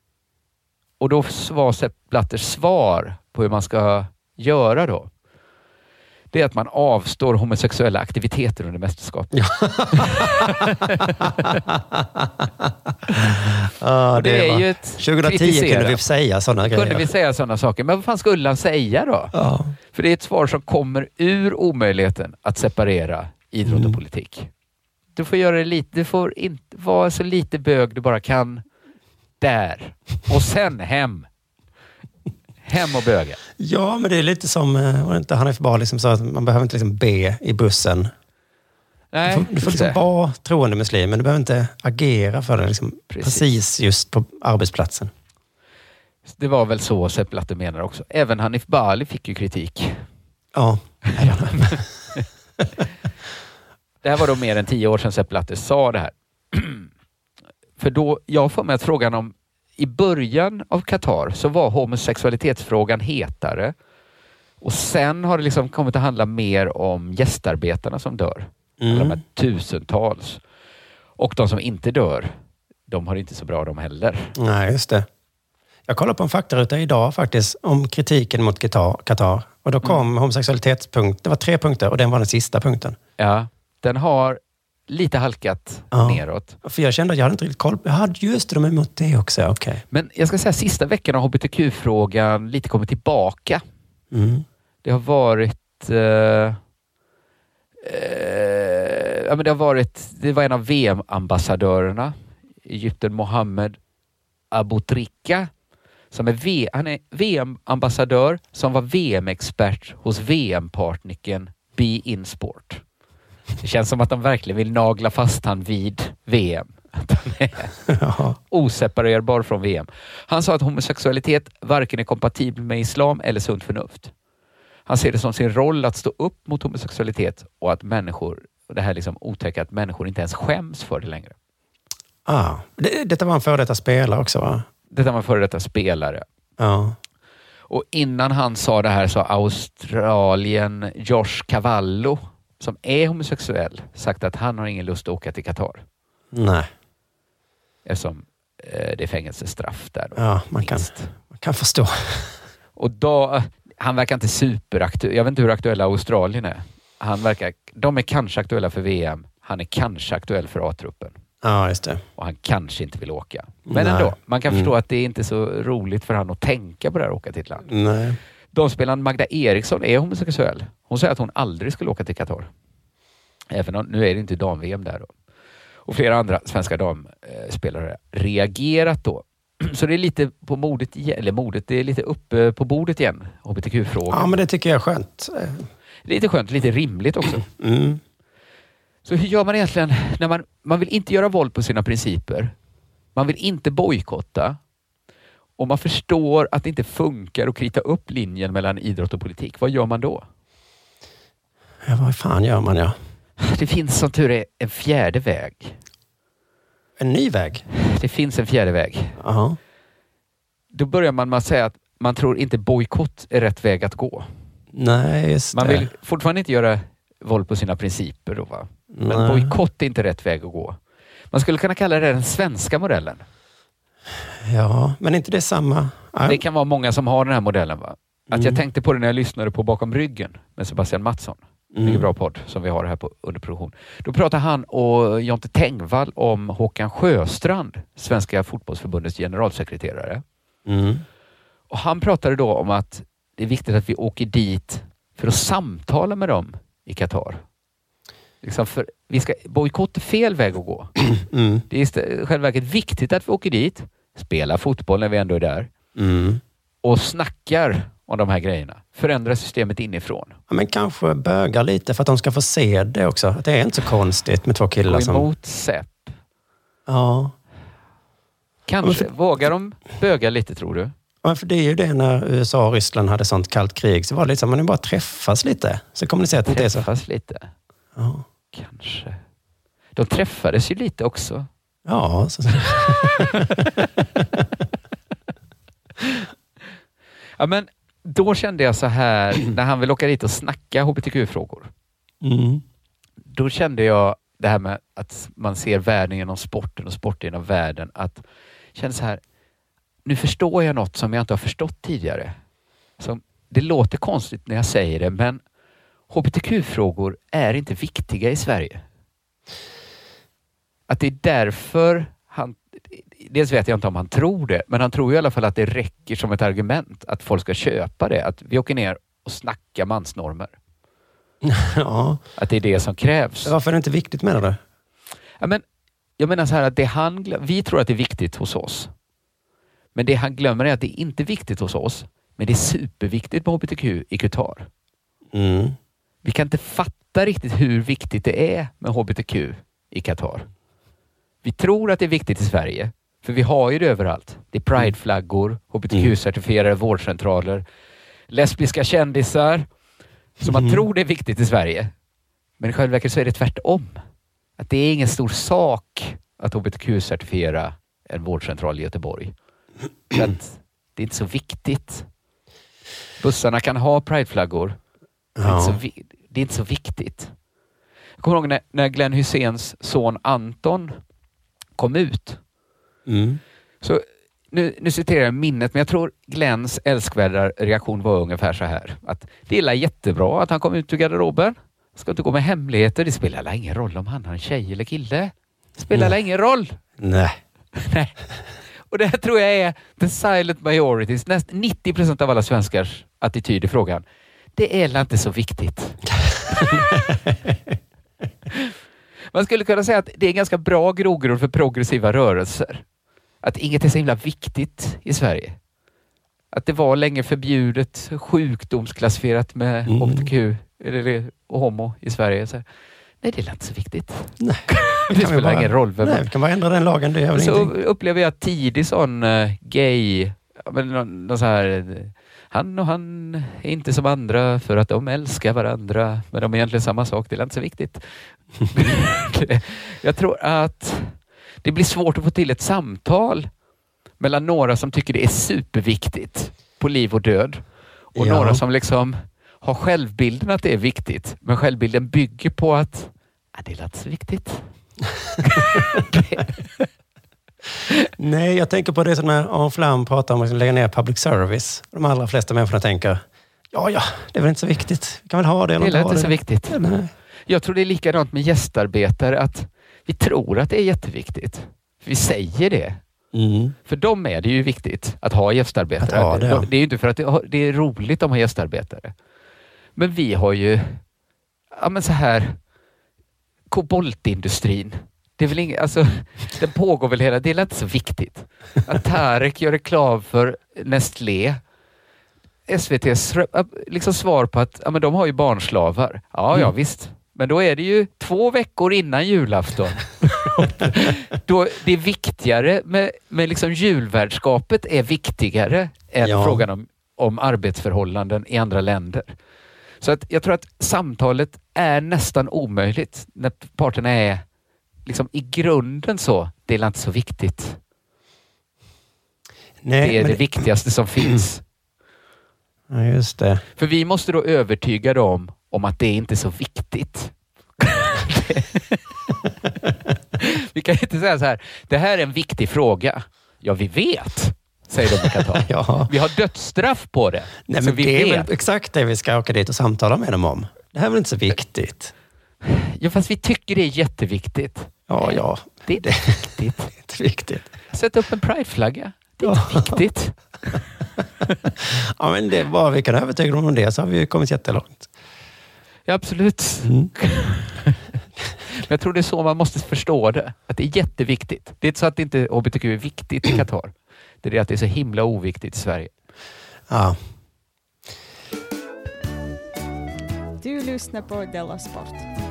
Och då var Sepp Blatters svar på hur man ska göra då. Det är att man avstår homosexuella aktiviteter under mästerskap. Ja. ah, det, det är var... ju ett tjugohundratio kunde vi säga sådana grejer. Kunde vi säga sådana saker. Men vad fan skulle han säga då? Ja. För det är ett svar som kommer ur omöjligheten att separera idrott och mm. politik. Du får göra det lite, du får inte vara så lite bög du bara kan där. Och sen hem. Hem och böga. Ja, men det är lite som, var inte Hanif Bali som sa att man behöver inte liksom be i bussen. Nej, du får, du får liksom vara troende muslim, men du behöver inte agera för det liksom precis. precis just på arbetsplatsen. Det var väl så Sepp Blatter menar också. Även Hanif Bali fick ju kritik. Ja. Det här var då mer än tio år sedan Sepp Blatter sa det här. För då, jag får med att frågan om i början av Qatar så var homosexualitetsfrågan hetare. Och sen har det liksom kommit att handla mer om gästarbetarna som dör. Mm. Alla de här tusentals. Och de som inte dör, de har inte så bra de heller. Nej, just det. Jag kollade på en faktaruta idag faktiskt om kritiken mot Qatar. Och då kom mm. homosexualitetspunkt. Det var tre punkter och den var den sista punkten. Ja, den har lite halkat ja. neråt. För jag kände att jag hade inte riktigt koll. Jag hade just de emot det också, okej. Okay. Men jag ska säga, sista veckan har H B T Q-frågan lite kommit tillbaka. Mm. Det har varit... Uh, uh, ja, men det har varit... Det var en av V M-ambassadörerna. Egypten Mohammed Aboutrika. Som är v- han är V M-ambassadör som var V M-expert hos V M-partniken Be In Sport. Det känns som att de verkligen vill nagla fast han vid V M. Att han är ja. oseparerbar från V M. Han sa att homosexualitet varken är kompatibel med islam eller sunt förnuft. Han ser det som sin roll att stå upp mot homosexualitet och att människor, det här liksom otäcka att människor inte ens skäms för det längre. Ah, det, detta var en före detta spelare också, va? Detta var en före detta spelare. Ja. Och innan han sa det här så Australien Josh Cavallo som är homosexuell sagt att han har ingen lust att åka till Qatar. Nej. Eftersom eh, det är fängelsestraff där. Då, ja, man kan, man kan förstå. Och då, han verkar inte superaktuell. Jag vet inte hur aktuella Australien är. Han verkar, de är kanske aktuella för V M. Han är kanske aktuell för A-truppen. Ja, just det. Och han kanske inte vill åka. Men Nej. ändå, man kan förstå mm. att det är inte så roligt för han att tänka på det här, åka till ett land. Nej. Damspelaren Magda Eriksson är homosexuell. Hon säger att hon aldrig skulle åka till Qatar. Även om, nu är det inte dam-V M där då. Och flera andra svenska damspelare reagerat då. Så det är lite på modet, eller modet, det är lite uppe på bordet igen, H B T Q-frågan. Ja, men det tycker jag är skönt. Lite skönt, lite rimligt också. Mm. Så hur gör man egentligen när man, man vill inte göra våld på sina principer? Man vill inte bojkotta. Och man förstår att det inte funkar att krita upp linjen mellan idrott och politik. Vad gör man då? Ja, vad fan gör man, ja? Det finns som tur är en fjärde väg. En ny väg? Det finns en fjärde väg. Aha. Då börjar man med att säga att man tror inte bojkott är rätt väg att gå. Nej, just Man det. vill fortfarande inte göra våld på sina principer då, va? Men Nej. bojkott är inte rätt väg att gå. Man skulle kunna kalla det den svenska modellen. Ja, men inte det samma? Ja. Det kan vara många som har den här modellen, va? Att Mm. jag tänkte på det när jag lyssnade på Bakom ryggen med Sebastian Mattsson. Mm. Mycket bra podd som vi har här på underproduktion. Då pratar han och Jonte Tengvall om Håkan Sjöstrand, Svenska fotbollsförbundets generalsekreterare. Mm. Och han pratade då om att det är viktigt att vi åker dit för att samtala med dem i Qatar. Liksom för, vi ska, bojkott är fel väg att gå. Mm. Det är själva verket viktigt att vi åker dit, spelar fotboll när vi ändå är där Mm. och snackar om de här grejerna. Förändra systemet inifrån. Ja, men kanske bögar lite för att de ska få se det också. Att det är inte så konstigt med två killar Gå som... emot Sepp. Ja. Kanske. Ja, för... Vågar de böga lite, tror du? Ja, för det är ju det när U S A och Ryssland hade sånt kallt krig. Så var det liksom, man bara träffas lite. Så kommer ni se att det inte är så. Träffas lite? Ja. Kanske. De träffades ju lite också. Ja. Så... ja, men då kände jag så här, när han vill åka dit och snacka H B T Q-frågor. Mm. Då kände jag det här med att man ser världen genom sporten och sporten genom världen. Att känna så här, nu förstår jag något som jag inte har förstått tidigare. Så det låter konstigt när jag säger det, men H B T Q-frågor är inte viktiga i Sverige. Att det är därför han, dels vet jag inte om han tror det, men han tror i alla fall att det räcker som ett argument att folk ska köpa det. Att vi åker ner och snackar mansnormer. Ja. Att det är det som krävs. Varför är det inte viktigt med det? Ja, men jag menar så här att det han glöm- vi tror att det är viktigt hos oss. Men det han glömmer är att det inte är viktigt hos oss. Men det är superviktigt med H B T Q i Qatar. Mm. Vi kan inte fatta riktigt hur viktigt det är med H B T Q i Qatar. Vi tror att det är viktigt i Sverige. För vi har ju det överallt. Det är prideflaggor, H B T Q-certifierade vårdcentraler, lesbiska kändisar. Så man Mm. tror det är viktigt i Sverige. Men i själva verket så är det tvärtom. Att det är ingen stor sak att H B T Q-certifiera en vårdcentral i Göteborg. För att det är inte så viktigt. Bussarna kan ha prideflaggor. Det är, Ja. inte så vi- det är inte så viktigt. Jag kommer ihåg när, när Glenn Hyséns son Anton kom ut. Mm. Så nu, nu citerar jag minnet, men jag tror Glenns älskvärda reaktion var ungefär så här. Att det är jättebra att han kom ut ur garderoben. Ska inte gå med hemligheter. Det spelar alla ingen roll om han har en tjej eller kille. Det spelar alla ingen roll. Nej. Nej. Och det här tror jag är the silent majorities. Näst nittio procent av alla svenskars attityd i frågan. Det är inte så viktigt. Man skulle kunna säga att det är en ganska bra grogrund för progressiva rörelser. Att inget är så himla viktigt i Sverige. Att det var länge förbjudet, sjukdomsklassifierat med Mm. H B T Q eller homo i Sverige. Så, nej, det är inte så viktigt. Nej. Det Kan vi spelar bara- ingen roll. Vem Nej, man- vi kan bara ändra den lagen. Det är väl så ingenting. upplever jag tidig sån uh, gay, ja, men någon, någon så här, eh, han och han är inte som andra för att de älskar varandra, men de är egentligen samma sak, det är inte så viktigt. Jag tror att det blir svårt att få till ett samtal mellan några som tycker det är superviktigt på liv och död och Ja. några som liksom har självbilden att det är viktigt. Men självbilden bygger på att ja, det är inte så viktigt. Nej, jag tänker på det som när Aron Flam pratar om att lägga ner public service. De allra flesta människorna tänker, ja, ja, det är väl inte så viktigt. Vi kan väl ha det. Det är inte, inte så viktigt. Nej. Jag tror det är likadant med gästarbetare, att vi tror att det är jätteviktigt. Vi säger det. Mm. För dem är det ju viktigt att ha gästarbetare. Att ha det, ja. Det är ju inte för att det är roligt att ha gästarbetare. Men vi har ju ja, men så här koboltindustrin. Det är väl ing, alltså, den pågår väl hela, det är inte så viktigt. Att Tarek gör reklam för Nestlé. S V T:s liksom svar på att ja, men de har ju barnslavar. Ja, mm. ja visst. Men då är det ju två veckor innan julafton. Då det är viktigare med, med liksom julvärdskapet är viktigare än ja. frågan om, om arbetsförhållanden i andra länder. Så att jag tror att samtalet är nästan omöjligt när parterna är liksom i grunden så, det är inte så viktigt. Nej, det är det, det viktigaste som finns. Ja, just det. För vi måste då övertyga dem om att det inte är så viktigt. Vi kan inte säga så här, det här är en viktig fråga. Ja, vi vet, säger de i Qatar. Ja. Vi har dödsstraff på det. Nej, men vi det vet. Är väl exakt det vi ska åka dit och samtala med dem om. Det här är väl inte så viktigt. Ja, fast vi tycker det är jätteviktigt. Ja, ja. Det är inte viktigt. Det är inte viktigt. Sätt upp en prideflagga. Det är inte viktigt. Ja, men det är bara vi kan övertyga dem om det, så har vi kommit jättelångt. Ja, absolut. Mm. Men jag tror det är så man måste förstå det. Att det är jätteviktigt. Det är inte så att inte H B T Q är viktigt i Qatar. Det är det att det är så himla oviktigt i Sverige. Ja. Du lyssnar på Della Sport.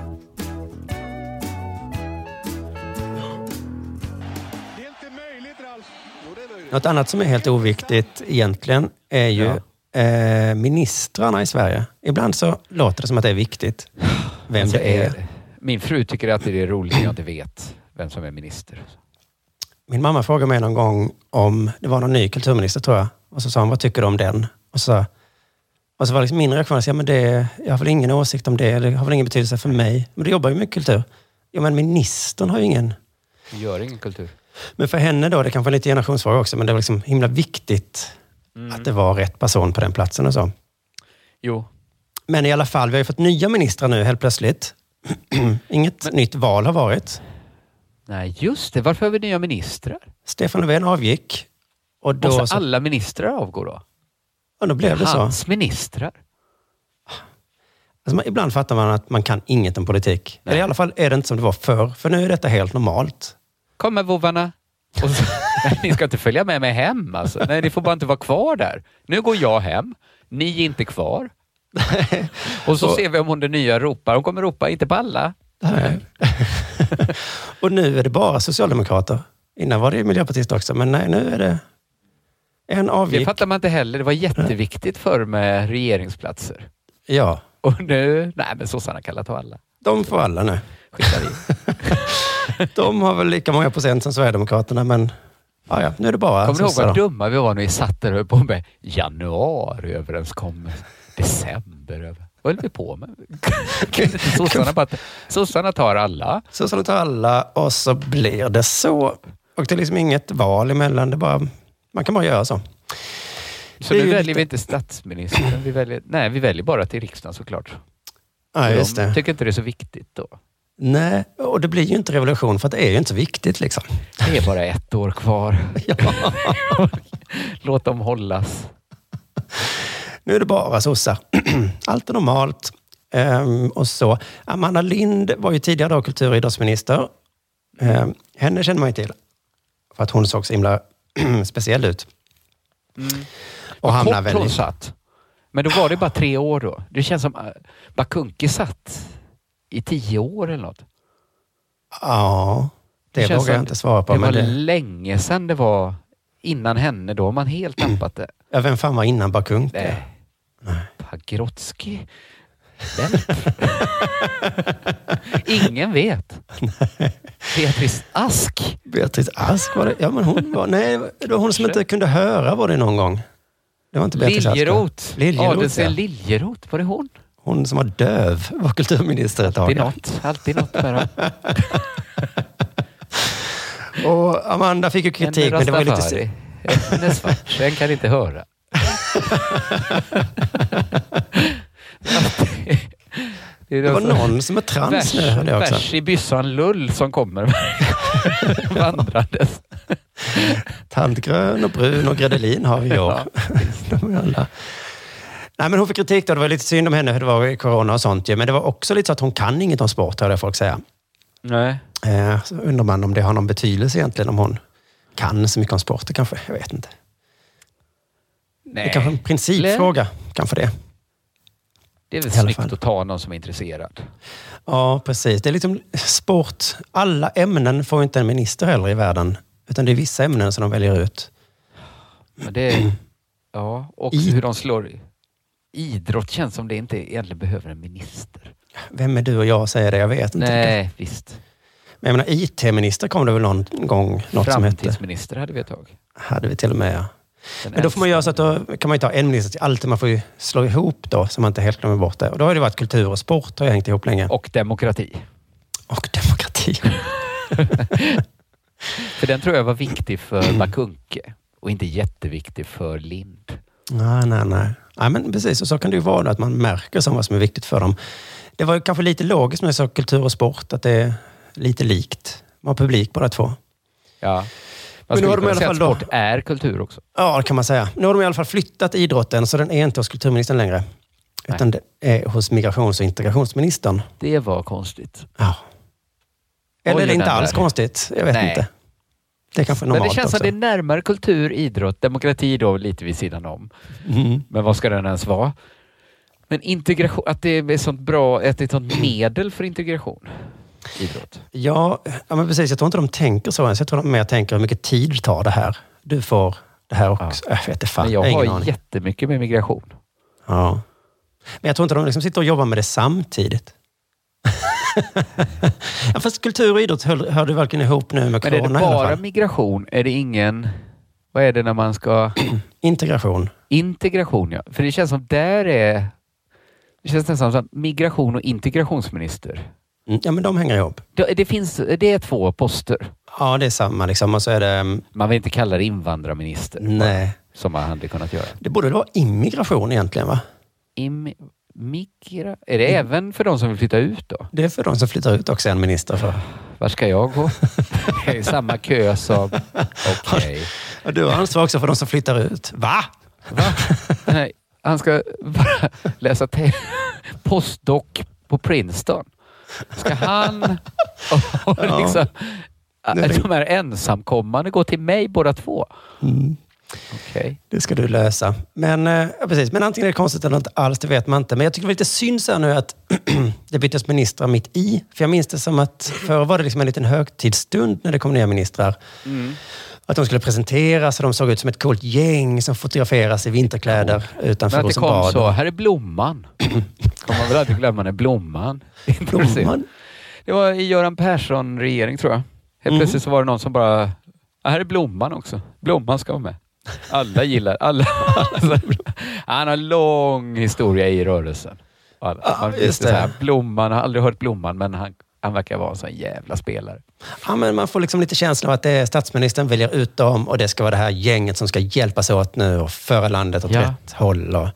Något annat som är helt oviktigt egentligen är ju ja. eh, ministrarna i Sverige. Ibland så låter det som att det är viktigt vem alltså, det är. Min fru tycker att det är roligt att jag inte vet vem som är minister. Min mamma frågade mig någon gång om det var någon ny kulturminister, tror jag. Och så sa hon, vad tycker du om den? Och så, och så var liksom min reaktion att ja, men det, jag har väl ingen åsikt om det. Det har väl ingen betydelse för mig. Men du jobbar ju med kultur. Ja, men ministern har ju ingen... Gör ingen kultur. Men för henne då, det kanske är lite generationsfråga också, men det var liksom himla viktigt mm. att det var rätt person på den platsen och så. Jo. Men i alla fall, vi har ju fått nya ministrar nu helt plötsligt. Inget men... nytt val har varit. Nej, just det. Varför har vi nya ministrar? Stefan Löfven avgick. Och då Måste så... alla ministrar avgå då? Ja, då blev det så. Hans ministrar? Alltså, man, ibland fattar man att man kan inget om politik. Eller i alla fall är det inte som det var förr. För nu är detta helt normalt. Kom med vovvarna. Och så, nej, ni ska inte följa med mig hem. Alltså. Nej, ni får bara inte vara kvar där. Nu går jag hem. Ni är inte kvar. Och så, så ser vi om hon det nya ropar. Hon kommer ropa, inte på alla. Nej. Och nu är det bara socialdemokrater. Innan var det miljöpartister också. Men nej, nu är det en avgick. Det fattar man inte heller. Det var jätteviktigt för med regeringsplatser. Ja. Och nu, nej men sossarna kallar ta alla. De får alla nu. Skickar in. De har väl lika många procent som Sverigedemokraterna, men ja, ja, nu är det bara... Kommer du ihåg vad dumma vi var när vi satt där på med januari överenskommelse, december över. Vad höll vi på med? sossarna, bara, sossarna tar alla. Sossarna tar alla och så blir det så. Och det är liksom inget val emellan, det bara, man kan bara göra så. Så nu väljer lite... vi inte statsministern, vi väljer, nej vi väljer bara till riksdagen såklart. Ja, just det. De tycker inte det är så viktigt då. Nej, och det blir ju inte revolution för att det är ju inte så viktigt liksom. Det är bara ett år kvar. Ja. Låt dem hållas. Nu är det bara sossar. Allt är normalt. Um, och så. Amanda Lind var ju tidigare då kultur- och idrottsminister. Um, henne känner man ju till. För att hon såg så himla speciell ut. Mm. Och hamnar väldigt... hon satt. Men då var det bara tre år då. Det känns som uh, Bakunke satt i tio år eller något. Ja, det, det vågar jag inte svara på. Det men var det... länge sedan det var innan henne. Då har man helt tappat det. Ja, vem fan var innan Bakunke? Nej. Nej. Pagrotsky. Ingen vet. Nej. Beatrice Ask. Beatrice Ask var det. Ja, men hon var... Nej, det var hon som inte kunde höra var det någon gång. Det var inte Beatrice Ask. Liljeroth. Liljeroth, Adelsten ja. Liljeroth, var det hon? Hon som var döv var kulturminister ett tag. Alltid något, alltid något med dem. Och Amanda fick ju kritik, men det var ju lite... Den är svart, den kan inte höra. Det, det var någon som är trans vers, nu. Hörde jag också. Vers i byssan lull som kommer vandrandes. Tandgrön och brun och gredelin har vi ju. Nej, men hon fick kritik då. Det var lite synd om henne för det var corona och sånt. Men det var också lite så att hon kan inget om sport, hörde folk säga. Nej. Eh, så undrar man om det har någon betydelse egentligen, om hon kan så mycket om sport. Det kanske, jag vet inte. Nej. Det är kanske en principfråga, kanske det. Det är väl snyggt att ta någon som är intresserad. Ja, precis. Det är liksom sport. Alla ämnen får inte en minister heller i världen. Utan det är vissa ämnen som de väljer ut. Men det är, ja, också I... hur de slår. Idrott känns som det inte egentligen behöver en minister. Vem är du och jag säger det? Jag vet inte. Nej, visst. Men jag menar, I T-minister kom det väl någon gång. Något som hette. Framtidsminister hade vi ett tag. Hade vi till och med, ja. Den Men då får man göra så att då kan man ju ta en minister till allt. Man får ju slå ihop då, så man inte helt glömmer bort det. Och då har det varit kultur och sport har jag hängt ihop länge. Och demokrati. Och demokrati. För den tror jag var viktig för Bakunke. Och inte jätteviktig för Lind. Nej, nej, nej. Nej, men precis. Och så kan det ju vara då, att man märker som vad som är viktigt för dem. Det var ju kanske lite logiskt med så kultur och sport. Att det är lite likt. Man har publik båda två. Ja. Man skulle kunna säga att sport är kultur också. Ja, det kan man säga. Nu har de i alla fall flyttat idrotten, så den är inte hos kulturministern längre. Nej. Utan det är hos migrations- och integrationsministern. Det var konstigt. Ja. Eller Oj, är det inte där. alls konstigt? Jag vet Nej. inte. Det är kanske normalt. Men det känns också. att det är närmare kultur, idrott, demokrati då lite vid sidan om. Mm. Men vad ska den ens vara? Men integration, att det är sånt bra, att det är ett sånt medel för integration. Idrott. Ja, ja, men precis. Jag tror inte de tänker så ens. Jag tror de mer tänker hur mycket tid tar det här. Du får det här också. Ja. Jag vet inte fan. Men jag, jag har aning. jättemycket med migration. Ja. Men jag tror inte de liksom sitter och jobbar med det samtidigt. Ja, fast kultur och idrott hör, hör du verkligen ihop nu med corona. Men är det bara migration? Är det ingen... Vad är det när man ska... Integration. Integration, ja. För det känns som där är... Det känns nästan som migration och integrationsminister. Mm, ja, men de hänger ihop. Det, det finns... Det är två poster. Ja, det är samma liksom. Och så är det... Man vill inte kalla det invandrarminister. Nej. Som man hade kunnat göra. Det borde vara immigration egentligen, va? Im... Migra... Är det mm. även för de som vill flytta ut då? Det är för de som flyttar ut också, en minister för. Var ska jag gå? Det är samma kö som... Okej. Okay. Och du har ansvar också för de som flyttar ut. Va? Va? Nej, han ska bara läsa te- postdoc på Princeton. Ska han och ja. liksom de här ensamkommande gå till mig båda två? Mm. Okay. Det ska du lösa. Men, ja, precis. Men antingen är det konstigt eller inte alls, det vet man inte. Men jag tycker det var lite synd så här nu att det byttes ministrar mitt i. För jag minns det som att förr var det liksom en liten högtidsstund när det kom nya ministrar. Mm. Att de skulle presenteras och de såg ut som ett coolt gäng som fotograferas i vinterkläder oh. utanför Rosenbad. Men att det kom så, här är Blomman. Kommer man väl aldrig glömma när Blomman. Blomman? Det var i Göran Persson-regering tror jag. Helt mm. plötsligt så var det någon som bara, här är Blomman också. Blomman ska vara med. Alla gillar, alla. Han har lång historia i rörelsen. Alla, ja, man just det. Så här, Blomman, har aldrig hört Blomman, men han, han verkar vara en sån jävla spelare. Ja, men man får liksom lite känsla av att det är statsministern väljer ut dem och det ska vara det här gänget som ska hjälpas åt nu och föra landet åt ja. rätt håll. Och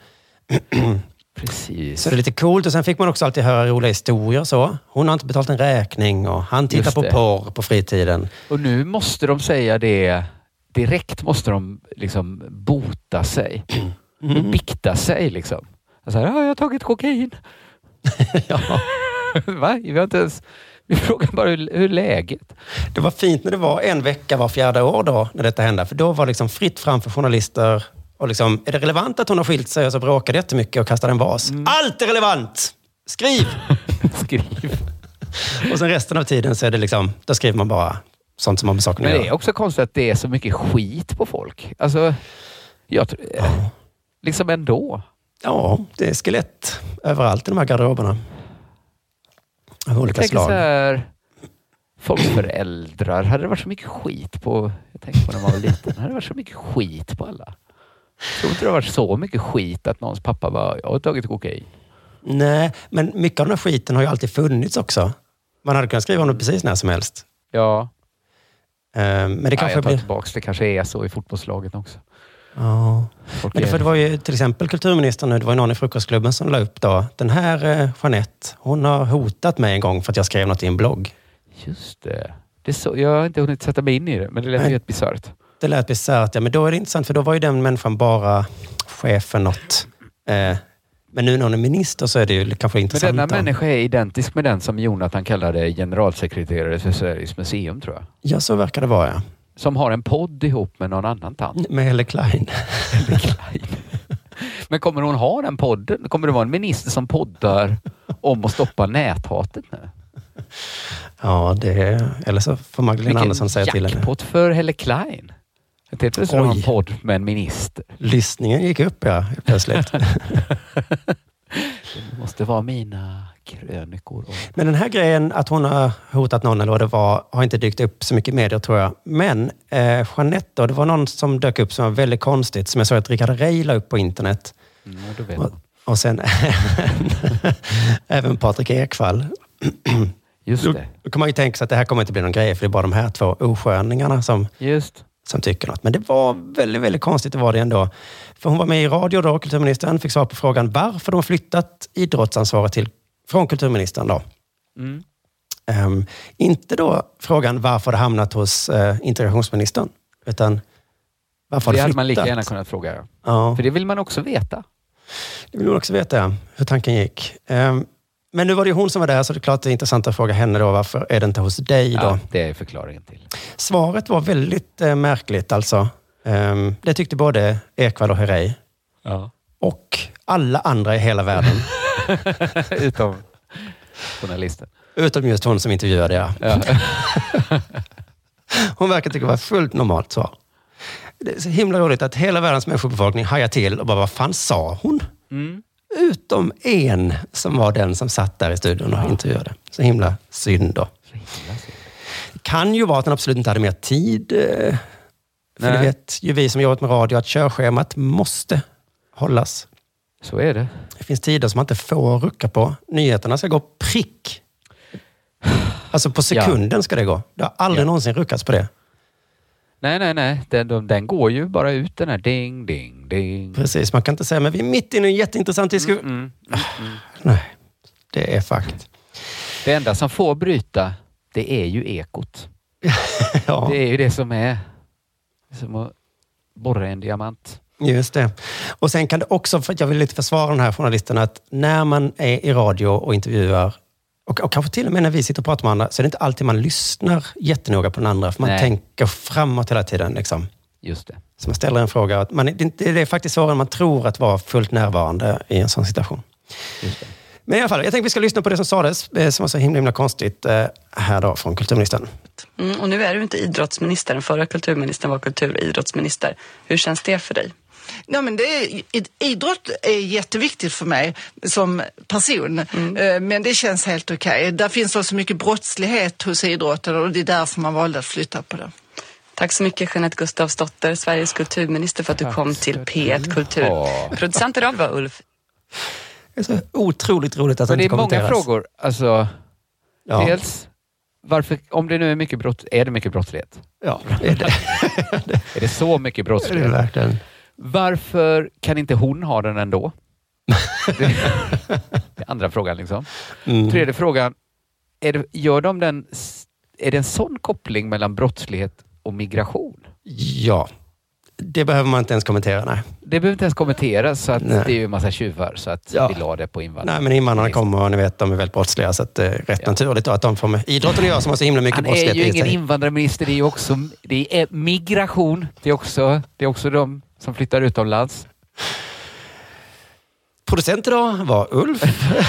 precis. Så det är lite coolt. Och sen fick man också alltid höra roliga historier och så. Hon har inte betalt en räkning och han tittar på porr på fritiden. Och nu måste de säga det... Direkt måste de liksom bota sig. Mm. Bikta sig liksom. Alltså, ja, jag har tagit kokain. Ja. Va? Vi har inte ens... Vi frågar bara hur, hur läget. Det var fint när det var en vecka var fjärde år då när detta hände. För då var det liksom fritt fram för journalister. Och liksom, är det relevant att hon har skilt sig och så bråkade jättemycket och kastade en vas? Mm. Allt är relevant! Skriv! Skriv. Och sen resten av tiden så är det liksom, då skriver man bara sånt som har med saken att göra. Men göra. det är också konstigt att det är så mycket skit på folk. Alltså, jag tror... Ja. Liksom ändå. Ja, det är skelett överallt i de här garderoberna. Av olika jag slag. Så här, folks föräldrar. Hade det varit så mycket skit på... Jag tänkte på när man var liten. Hade det varit så mycket skit på alla. Jag tror inte det har varit så mycket skit att någons pappa bara, jag har tagit kokain. Nej, men mycket av den här skiten har ju alltid funnits också. Man hade kunnat skriva om det precis när som helst. Ja. Men det kanske ja, jag tar blir... tillbaka. Det kanske är så i fotbollslaget också. Ja. Men det, för det var ju till exempel kulturministern nu, det var ju någon i frukostklubben som la upp då, den här eh, Jeanette, hon har hotat mig en gång för att jag skrev något i en blogg. Just det. det är så, jag har inte hunnit sätta mig in i det, men det lät ju helt bisarrt. Det lät bisarrt, ja, men då är det intressant, för då var ju den människan bara chef för något. Eh, men nu när hon är minister så är det ju kanske intressant. Men denna människa är identisk med den som Jonathan kallade generalsekreterare för Sveriges museum, tror jag. Ja, så verkar det vara, ja. Som har en podd ihop med någon annan tant. Med Helle Klein. Helle Klein. Men kommer hon ha den podden? Kommer det vara en minister som poddar om att stoppa näthatet nu? Ja, det är... Eller så får Magdalena Vilken Andersson säga till henne. Vilken jackpot för Helle Klein. Jag tänkte att det var en podd med en minister. Lyssningen gick upp, ja, plötsligt. Det måste vara mina krönikor. Och... Men den här grejen att hon har hotat någon eller vad det var har inte dykt upp så mycket i medier, tror jag. Men eh, Jeanette då, det var någon som dök upp som var väldigt konstigt, som jag såg att Rickard Rey la upp på internet. Mm, då vet och, och sen även Patrik Ekwall. Just då, det. Då kan man ju tänka sig att det här kommer inte bli någon grej, för det är bara de här två osköningarna som, Just. som tycker något. Men det var väldigt, väldigt konstigt, det var det ändå. För hon var med i radio då, kulturministern, fick svar på frågan varför de har flyttat idrottsansvaret till, från kulturministern då. Mm. Um, inte då frågan varför det hamnat hos uh, integrationsministern, utan varför det det hade man lika flyttat. gärna kunnat fråga. Ja. För det vill man också veta. Det vill man också veta, ja, hur tanken gick. Um, men nu var det ju hon som var där, så det är klart det är intressant att fråga henne då, varför är det inte hos dig då? Ja, det är förklaringen till. Svaret var väldigt uh, märkligt alltså. Um, det tyckte både Ekwall och Herrey. Ja. Och alla andra i hela världen. Utom journalisten. Utom just hon som intervjuade, ja. ja. Hon verkar tycka det var fullt normalt svar. Det är så himla roligt att hela världens människobefolkning hajar till och bara, vad fan sa hon? Mm. Utom en som var den som satt där i studion och ja. intervjuade. Så himla synd då. Så himla synd. Det kan ju vara att den absolut inte hade mer tid. För Nej. det vet ju vi som jobbat med radio att körschemat måste hållas. Så är det. Det finns tider som man inte får rucka på. Nyheterna ska gå prick. Alltså på sekunden ja. ska det gå. Det har aldrig ja. någonsin ruckats på det. Nej, nej, nej. Den, den, den går ju bara ut den här ding, ding, ding. Precis, man kan inte säga, men vi är mitt inne i en jätteintressant diskussion. Mm, mm, mm, mm. Nej, det är fakt. Det enda som får bryta, det är ju ekot. ja. Det är ju det som är som att borra en diamant. Just det. Och sen kan det också, för att jag vill lite försvara den här journalisten, att när man är i radio och intervjuar, och, och kanske till och med när vi sitter och pratar med andra, så är det inte alltid man lyssnar jättenoga på den andra, för man Nej. tänker framåt hela tiden. Liksom. Just det. Så man ställer en fråga. Att man, det, det är faktiskt svårare än man tror att vara fullt närvarande i en sån situation. Just det. Men i alla fall, jag tänkte vi ska lyssna på det som sades, som var så himla, himla konstigt här då från kulturministern. Mm, och nu är du inte idrottsminister, den förra kulturministern var kulturidrottsminister. Hur känns det för dig? Ja, men det är, idrott är jätteviktigt för mig som person, mm. men det känns helt okej. Okay. Där finns också mycket brottslighet hos idrotten och det är därför man valde att flytta på det. Tack så mycket Jeanette Gustafsdotter, Sveriges kulturminister, för att du Tack. kom till P ett Kultur. Oh. Producent idag var Ulf. Det är så otroligt roligt att men det inte kommenteras. Det är många frågor. Alltså, ja. dels, varför, om det nu är mycket brott, är det mycket brottslighet? Ja, det är det. Är det så mycket brottslighet? Det är det verkligen. Varför kan inte hon ha den ändå? Det är andra frågan liksom. Mm. Tredje frågan, är det, gör de den, är det en sån koppling mellan brottslighet och migration? Ja, det behöver man inte ens kommentera, nej. Det behöver inte ens kommenteras, så att det är ju en massa tjuvar, så att ja. vi la det på invandrarna. Nej, men invandrarna kommer och ni vet, de är väldigt brottsliga, så att det är rätt ja. naturligt att de får med idrotten att göra som har så himla mycket brottslighet. Han är ju ingen invandrarminister, det är ju också det är migration, det är också, det är också de som flyttar utomlands. Producent idag var Ulf.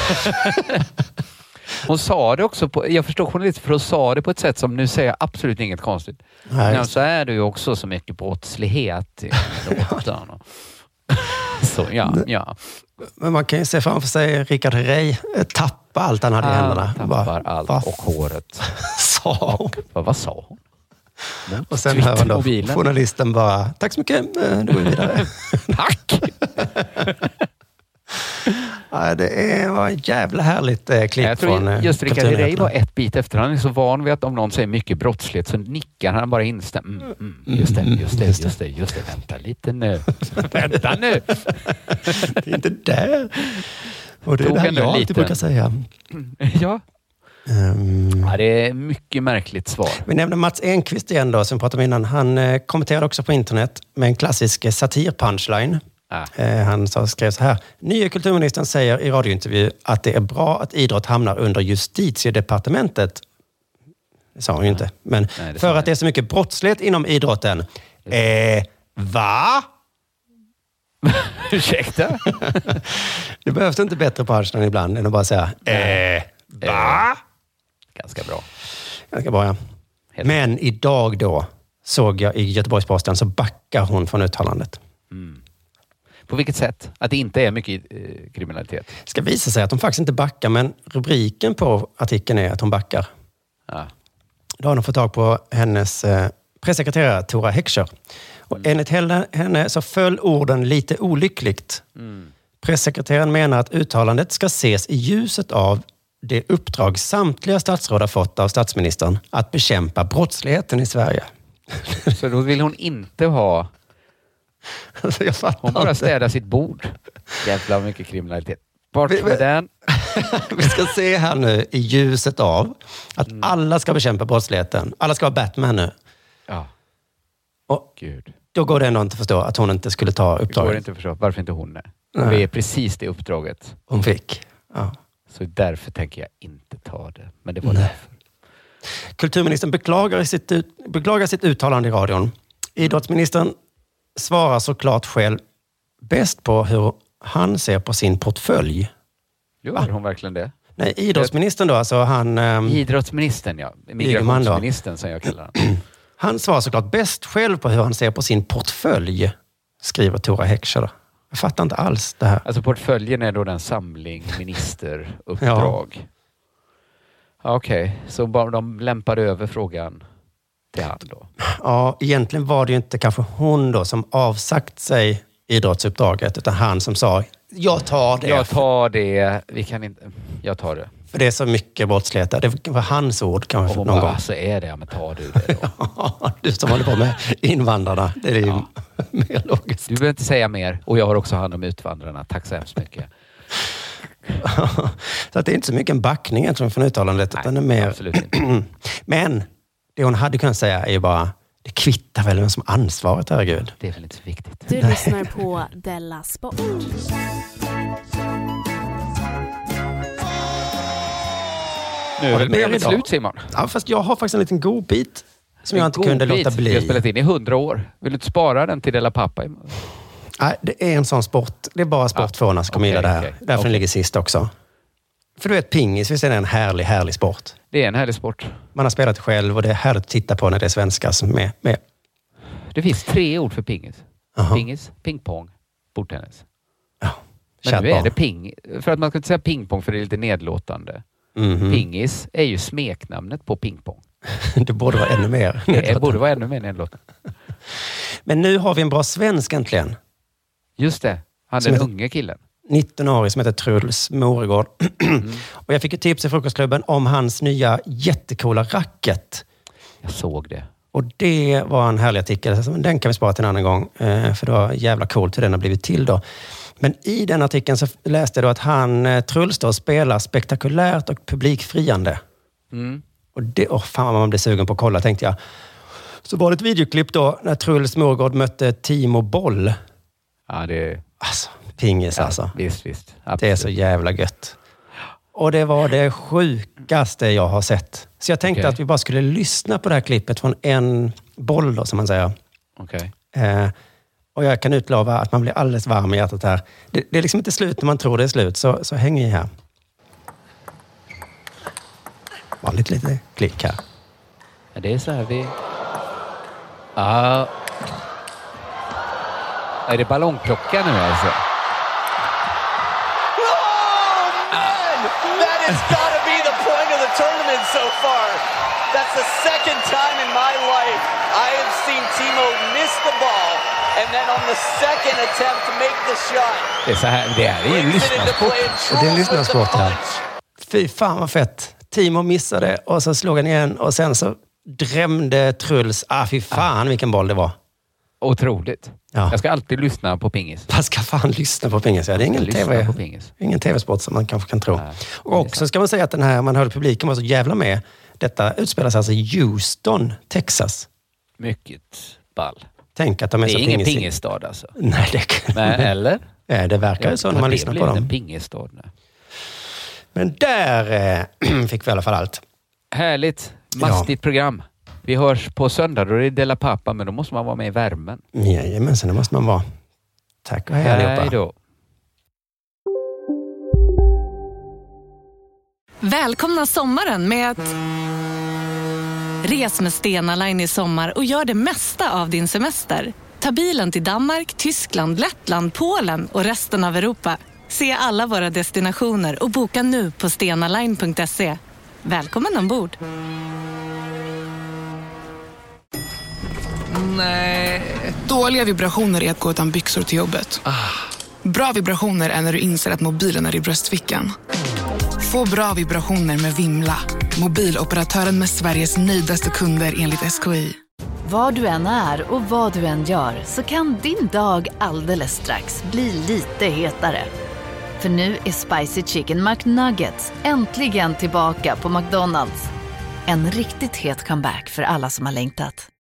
Hon sa det också på, jag förstår journalist, för hon sa det på ett sätt som nu säger absolut inget konstigt. Nej, men så är det ju också så mycket brottslighet. Så ja, ja. Men man kan ju se framför sig Rickard Rey tappa allt han hade i händerna. Tappar allt va? och håret. Sa hon? Och, vad, vad sa hon? Och sen hör han då journalisten bara, tack så mycket, då går vi vidare. Tack! Ja, det var en jävla härligt eh, klipp. Jag tror från, just Rickard Herrey var ett bit efter. Han är så van vid att om någon säger mycket brottslighet så nickar han bara instämmer. Mm, mm, just det, just det, just det, just det. Vänta lite nu. Vänta nu. Det är inte där. Och det är det här jag alltid brukar säga. Ja. Um, ja, det är mycket märkligt svar. Vi nämnde Mats Enqvist igen då, som pratade om innan. Han eh, kommenterade också på internet med en klassisk satir-punchline. Ah. Eh, han sa, skrev så här: nya kulturministern säger i radiointervju att det är bra att idrott hamnar under justitiedepartementet. Det sa han ju inte. Men Nej, för att det är så mycket brottslighet inom idrotten. Eh, va? Ursäkta? Det behövs inte bättre punchline ibland än att bara säga eh, va? Ganska bra. Ganska bra, ja. Helt Men bra. Idag då såg jag i Göteborgs-Posten så backar hon från uttalandet. Mm. På vilket sätt? Att det inte är mycket eh, kriminalitet? Det ska visa sig att de faktiskt inte backar, men rubriken på artikeln är att hon backar. Ja. Då har de fått tag på hennes eh, pressekreterare Tora Heckscher. Och mm. enligt henne, henne så föll orden lite olyckligt. Mm. Pressekreteraren menar att uttalandet ska ses i ljuset av det uppdrag samtliga statsråd har fått av statsministern att bekämpa brottsligheten i Sverige. Så då vill hon inte ha... Alltså jag fattar hon bara inte. städar sitt bord. Jävla mycket kriminalitet. Bort med vi, den. Vi ska se här nu i ljuset av att mm. alla ska bekämpa brottsligheten. Alla ska vara Batman nu. Ja. Och Gud. Då går det ändå inte att förstå att hon inte skulle ta uppdraget. Det går inte att förstå varför inte hon är. Det är precis det uppdraget. Hon fick. Ja. Så därför tänker jag inte ta det. Men det var Nej. därför. Kulturministern beklagar sitt, ut, beklagar sitt uttalande i radion. Idrottsministern svarar såklart själv bäst på hur han ser på sin portfölj. Jo, är hon verkligen det? Nej, idrottsministern då, alltså han... Um, idrottsministern, ja. Migrationsministern som jag kallar honom. Han svarar såklart bäst själv på hur han ser på sin portfölj, skriver Tora Heckscher. Jag fattar inte alls det här. Alltså portföljen är då den samling ministeruppdrag. Ja. Okej, okay. Så bara de lämpade över frågan till han då? Ja, egentligen var det ju inte kanske hon då som avsagt sig idrottsuppdraget, utan han som sa, jag tar det. Jag tar det, vi kan inte, jag tar det. För det är så mycket brottslighet där. Det var hans ord kanske någon bara, gång. Så är det, ja, men tar du det då? Ja, du som håller på med invandrarna. Det är ju ja. mer logiskt. Du behöver inte säga mer. Och jag har också hand om utvandrarna. Tack så hemskt mycket. Så att det är inte så mycket en backning jag tror, från uttalandet. Nej, utan det är mer... absolut inte. Men det hon hade kunnat säga är ju bara, det kvittar väl vem som ansvaret, herregud. Det är väl inte så viktigt. Du lyssnar på Della Sport. Nu är det väl slut, Simon. Ja, fast jag har faktiskt en liten godbit som en jag inte kunde låta bli. Vi har spelat in i hundra år. Vill du inte spara den till Della Pappa? Nej, det är en sån sport. Det är bara sport ah, för henne som kommer gilla det här. Okay. Därför okay. den ligger sist också. För du vet, pingis, visst är det en härlig, härlig sport? Det är en härlig sport. Man har spelat själv och det är härligt att titta på när det är svenskar som är med. Det finns tre ord för pingis. Uh-huh. Pingis, pingpong, bordtennis. Ja, men nu är det ping. För att man ska inte säga pingpong för det är lite nedlåtande. Mm-hmm. Pingis är ju smeknamnet på pingpong. Det borde vara ännu mer nedlåtande. Det borde vara ännu mer nedlåtande. Men nu har vi en bra svensk äntligen. Just det. Han är den unge killen. nitton-årig som heter Truls Moregård. Mm. Och jag fick ett tips i frukostklubben om hans nya jättekola racket. Jag såg det. Och det var en härlig artikel. Den kan vi spara till en annan gång. För det var jävla coolt hur den har blivit till då. Men i den artikeln så läste jag då att han, Truls då, spelar spektakulärt och publikfriande. Mm. Och det, åh fan vad man blir sugen på att kolla, tänkte jag. Så var det ett videoklipp då när Truls Moregård mötte Timo Boll. Ja, det är... Alltså, pingis ja, alltså. Visst, visst. Absolut. Det är så jävla gött. Och det var det sjukaste jag har sett. Så jag tänkte okay. att vi bara skulle lyssna på det här klippet från en boll då, som man säger. Okej. Okay. Eh, och jag kan utlova att man blir alldeles varm i hjärtat här. Det, det är liksom inte slut när man tror det är slut, så, så häng i här. Vanligt lite klick här. Ja, det är så här vi... Ja... Är det ballongklocka nu alltså? Oh man! That has got to be the point of the tournament. season so far. That's the second time in my life I have seen Timo miss the ball and then on the second attempt to make the shot. Det är så här, det är ju en lyssnarsport. Det är en lyssnarsport här. Fy fan vad fett. Timo missade och så slog han igen och sen så drämde Truls. Ah, fy fan vilken boll det var. Otroligt. Ja. Jag ska alltid lyssna på pingis. Man ska fan lyssna på pingis. Ja, det är ingen, lyssna TV, på pingis. ingen tv-sport som man kanske kan tro. Nej, och också ska man säga att den här, man hörde publiken var så jävla med. Detta utspelas alltså i Houston, Texas. Mycket ball. Tänk att de är, det är så ingen pingis. pingisstad alltså. Nej, det kan... Nej, eller? Ja, det verkar ju så när man lyssnar på dem. En pingisstad nu. Men där eh, fick vi i alla fall allt. Härligt. Mastigt ja. program. Vi hörs på söndag, då är det Della Pappa, men då måste man vara med i värmen. Jajamensan, det måste man vara. Tack och hej allihopa. Hej då. Välkomna sommaren med att res med Stena Line i sommar och gör det mesta av din semester. Ta bilen till Danmark, Tyskland, Lettland, Polen och resten av Europa. Se alla våra destinationer och boka nu på stenaline punkt se. Välkommen ombord. Nej. Dåliga vibrationer är att gå utan byxor till jobbet. Ah. Bra vibrationer är när du inser att mobilen är i bröstfickan. Få bra vibrationer med Vimla. Mobiloperatören med Sveriges nöjdaste kunder enligt S K I. Var du än är och vad du än gör så kan din dag alldeles strax bli lite hetare. För nu är Spicy Chicken McNuggets äntligen tillbaka på McDonald's. En riktigt het comeback för alla som har längtat.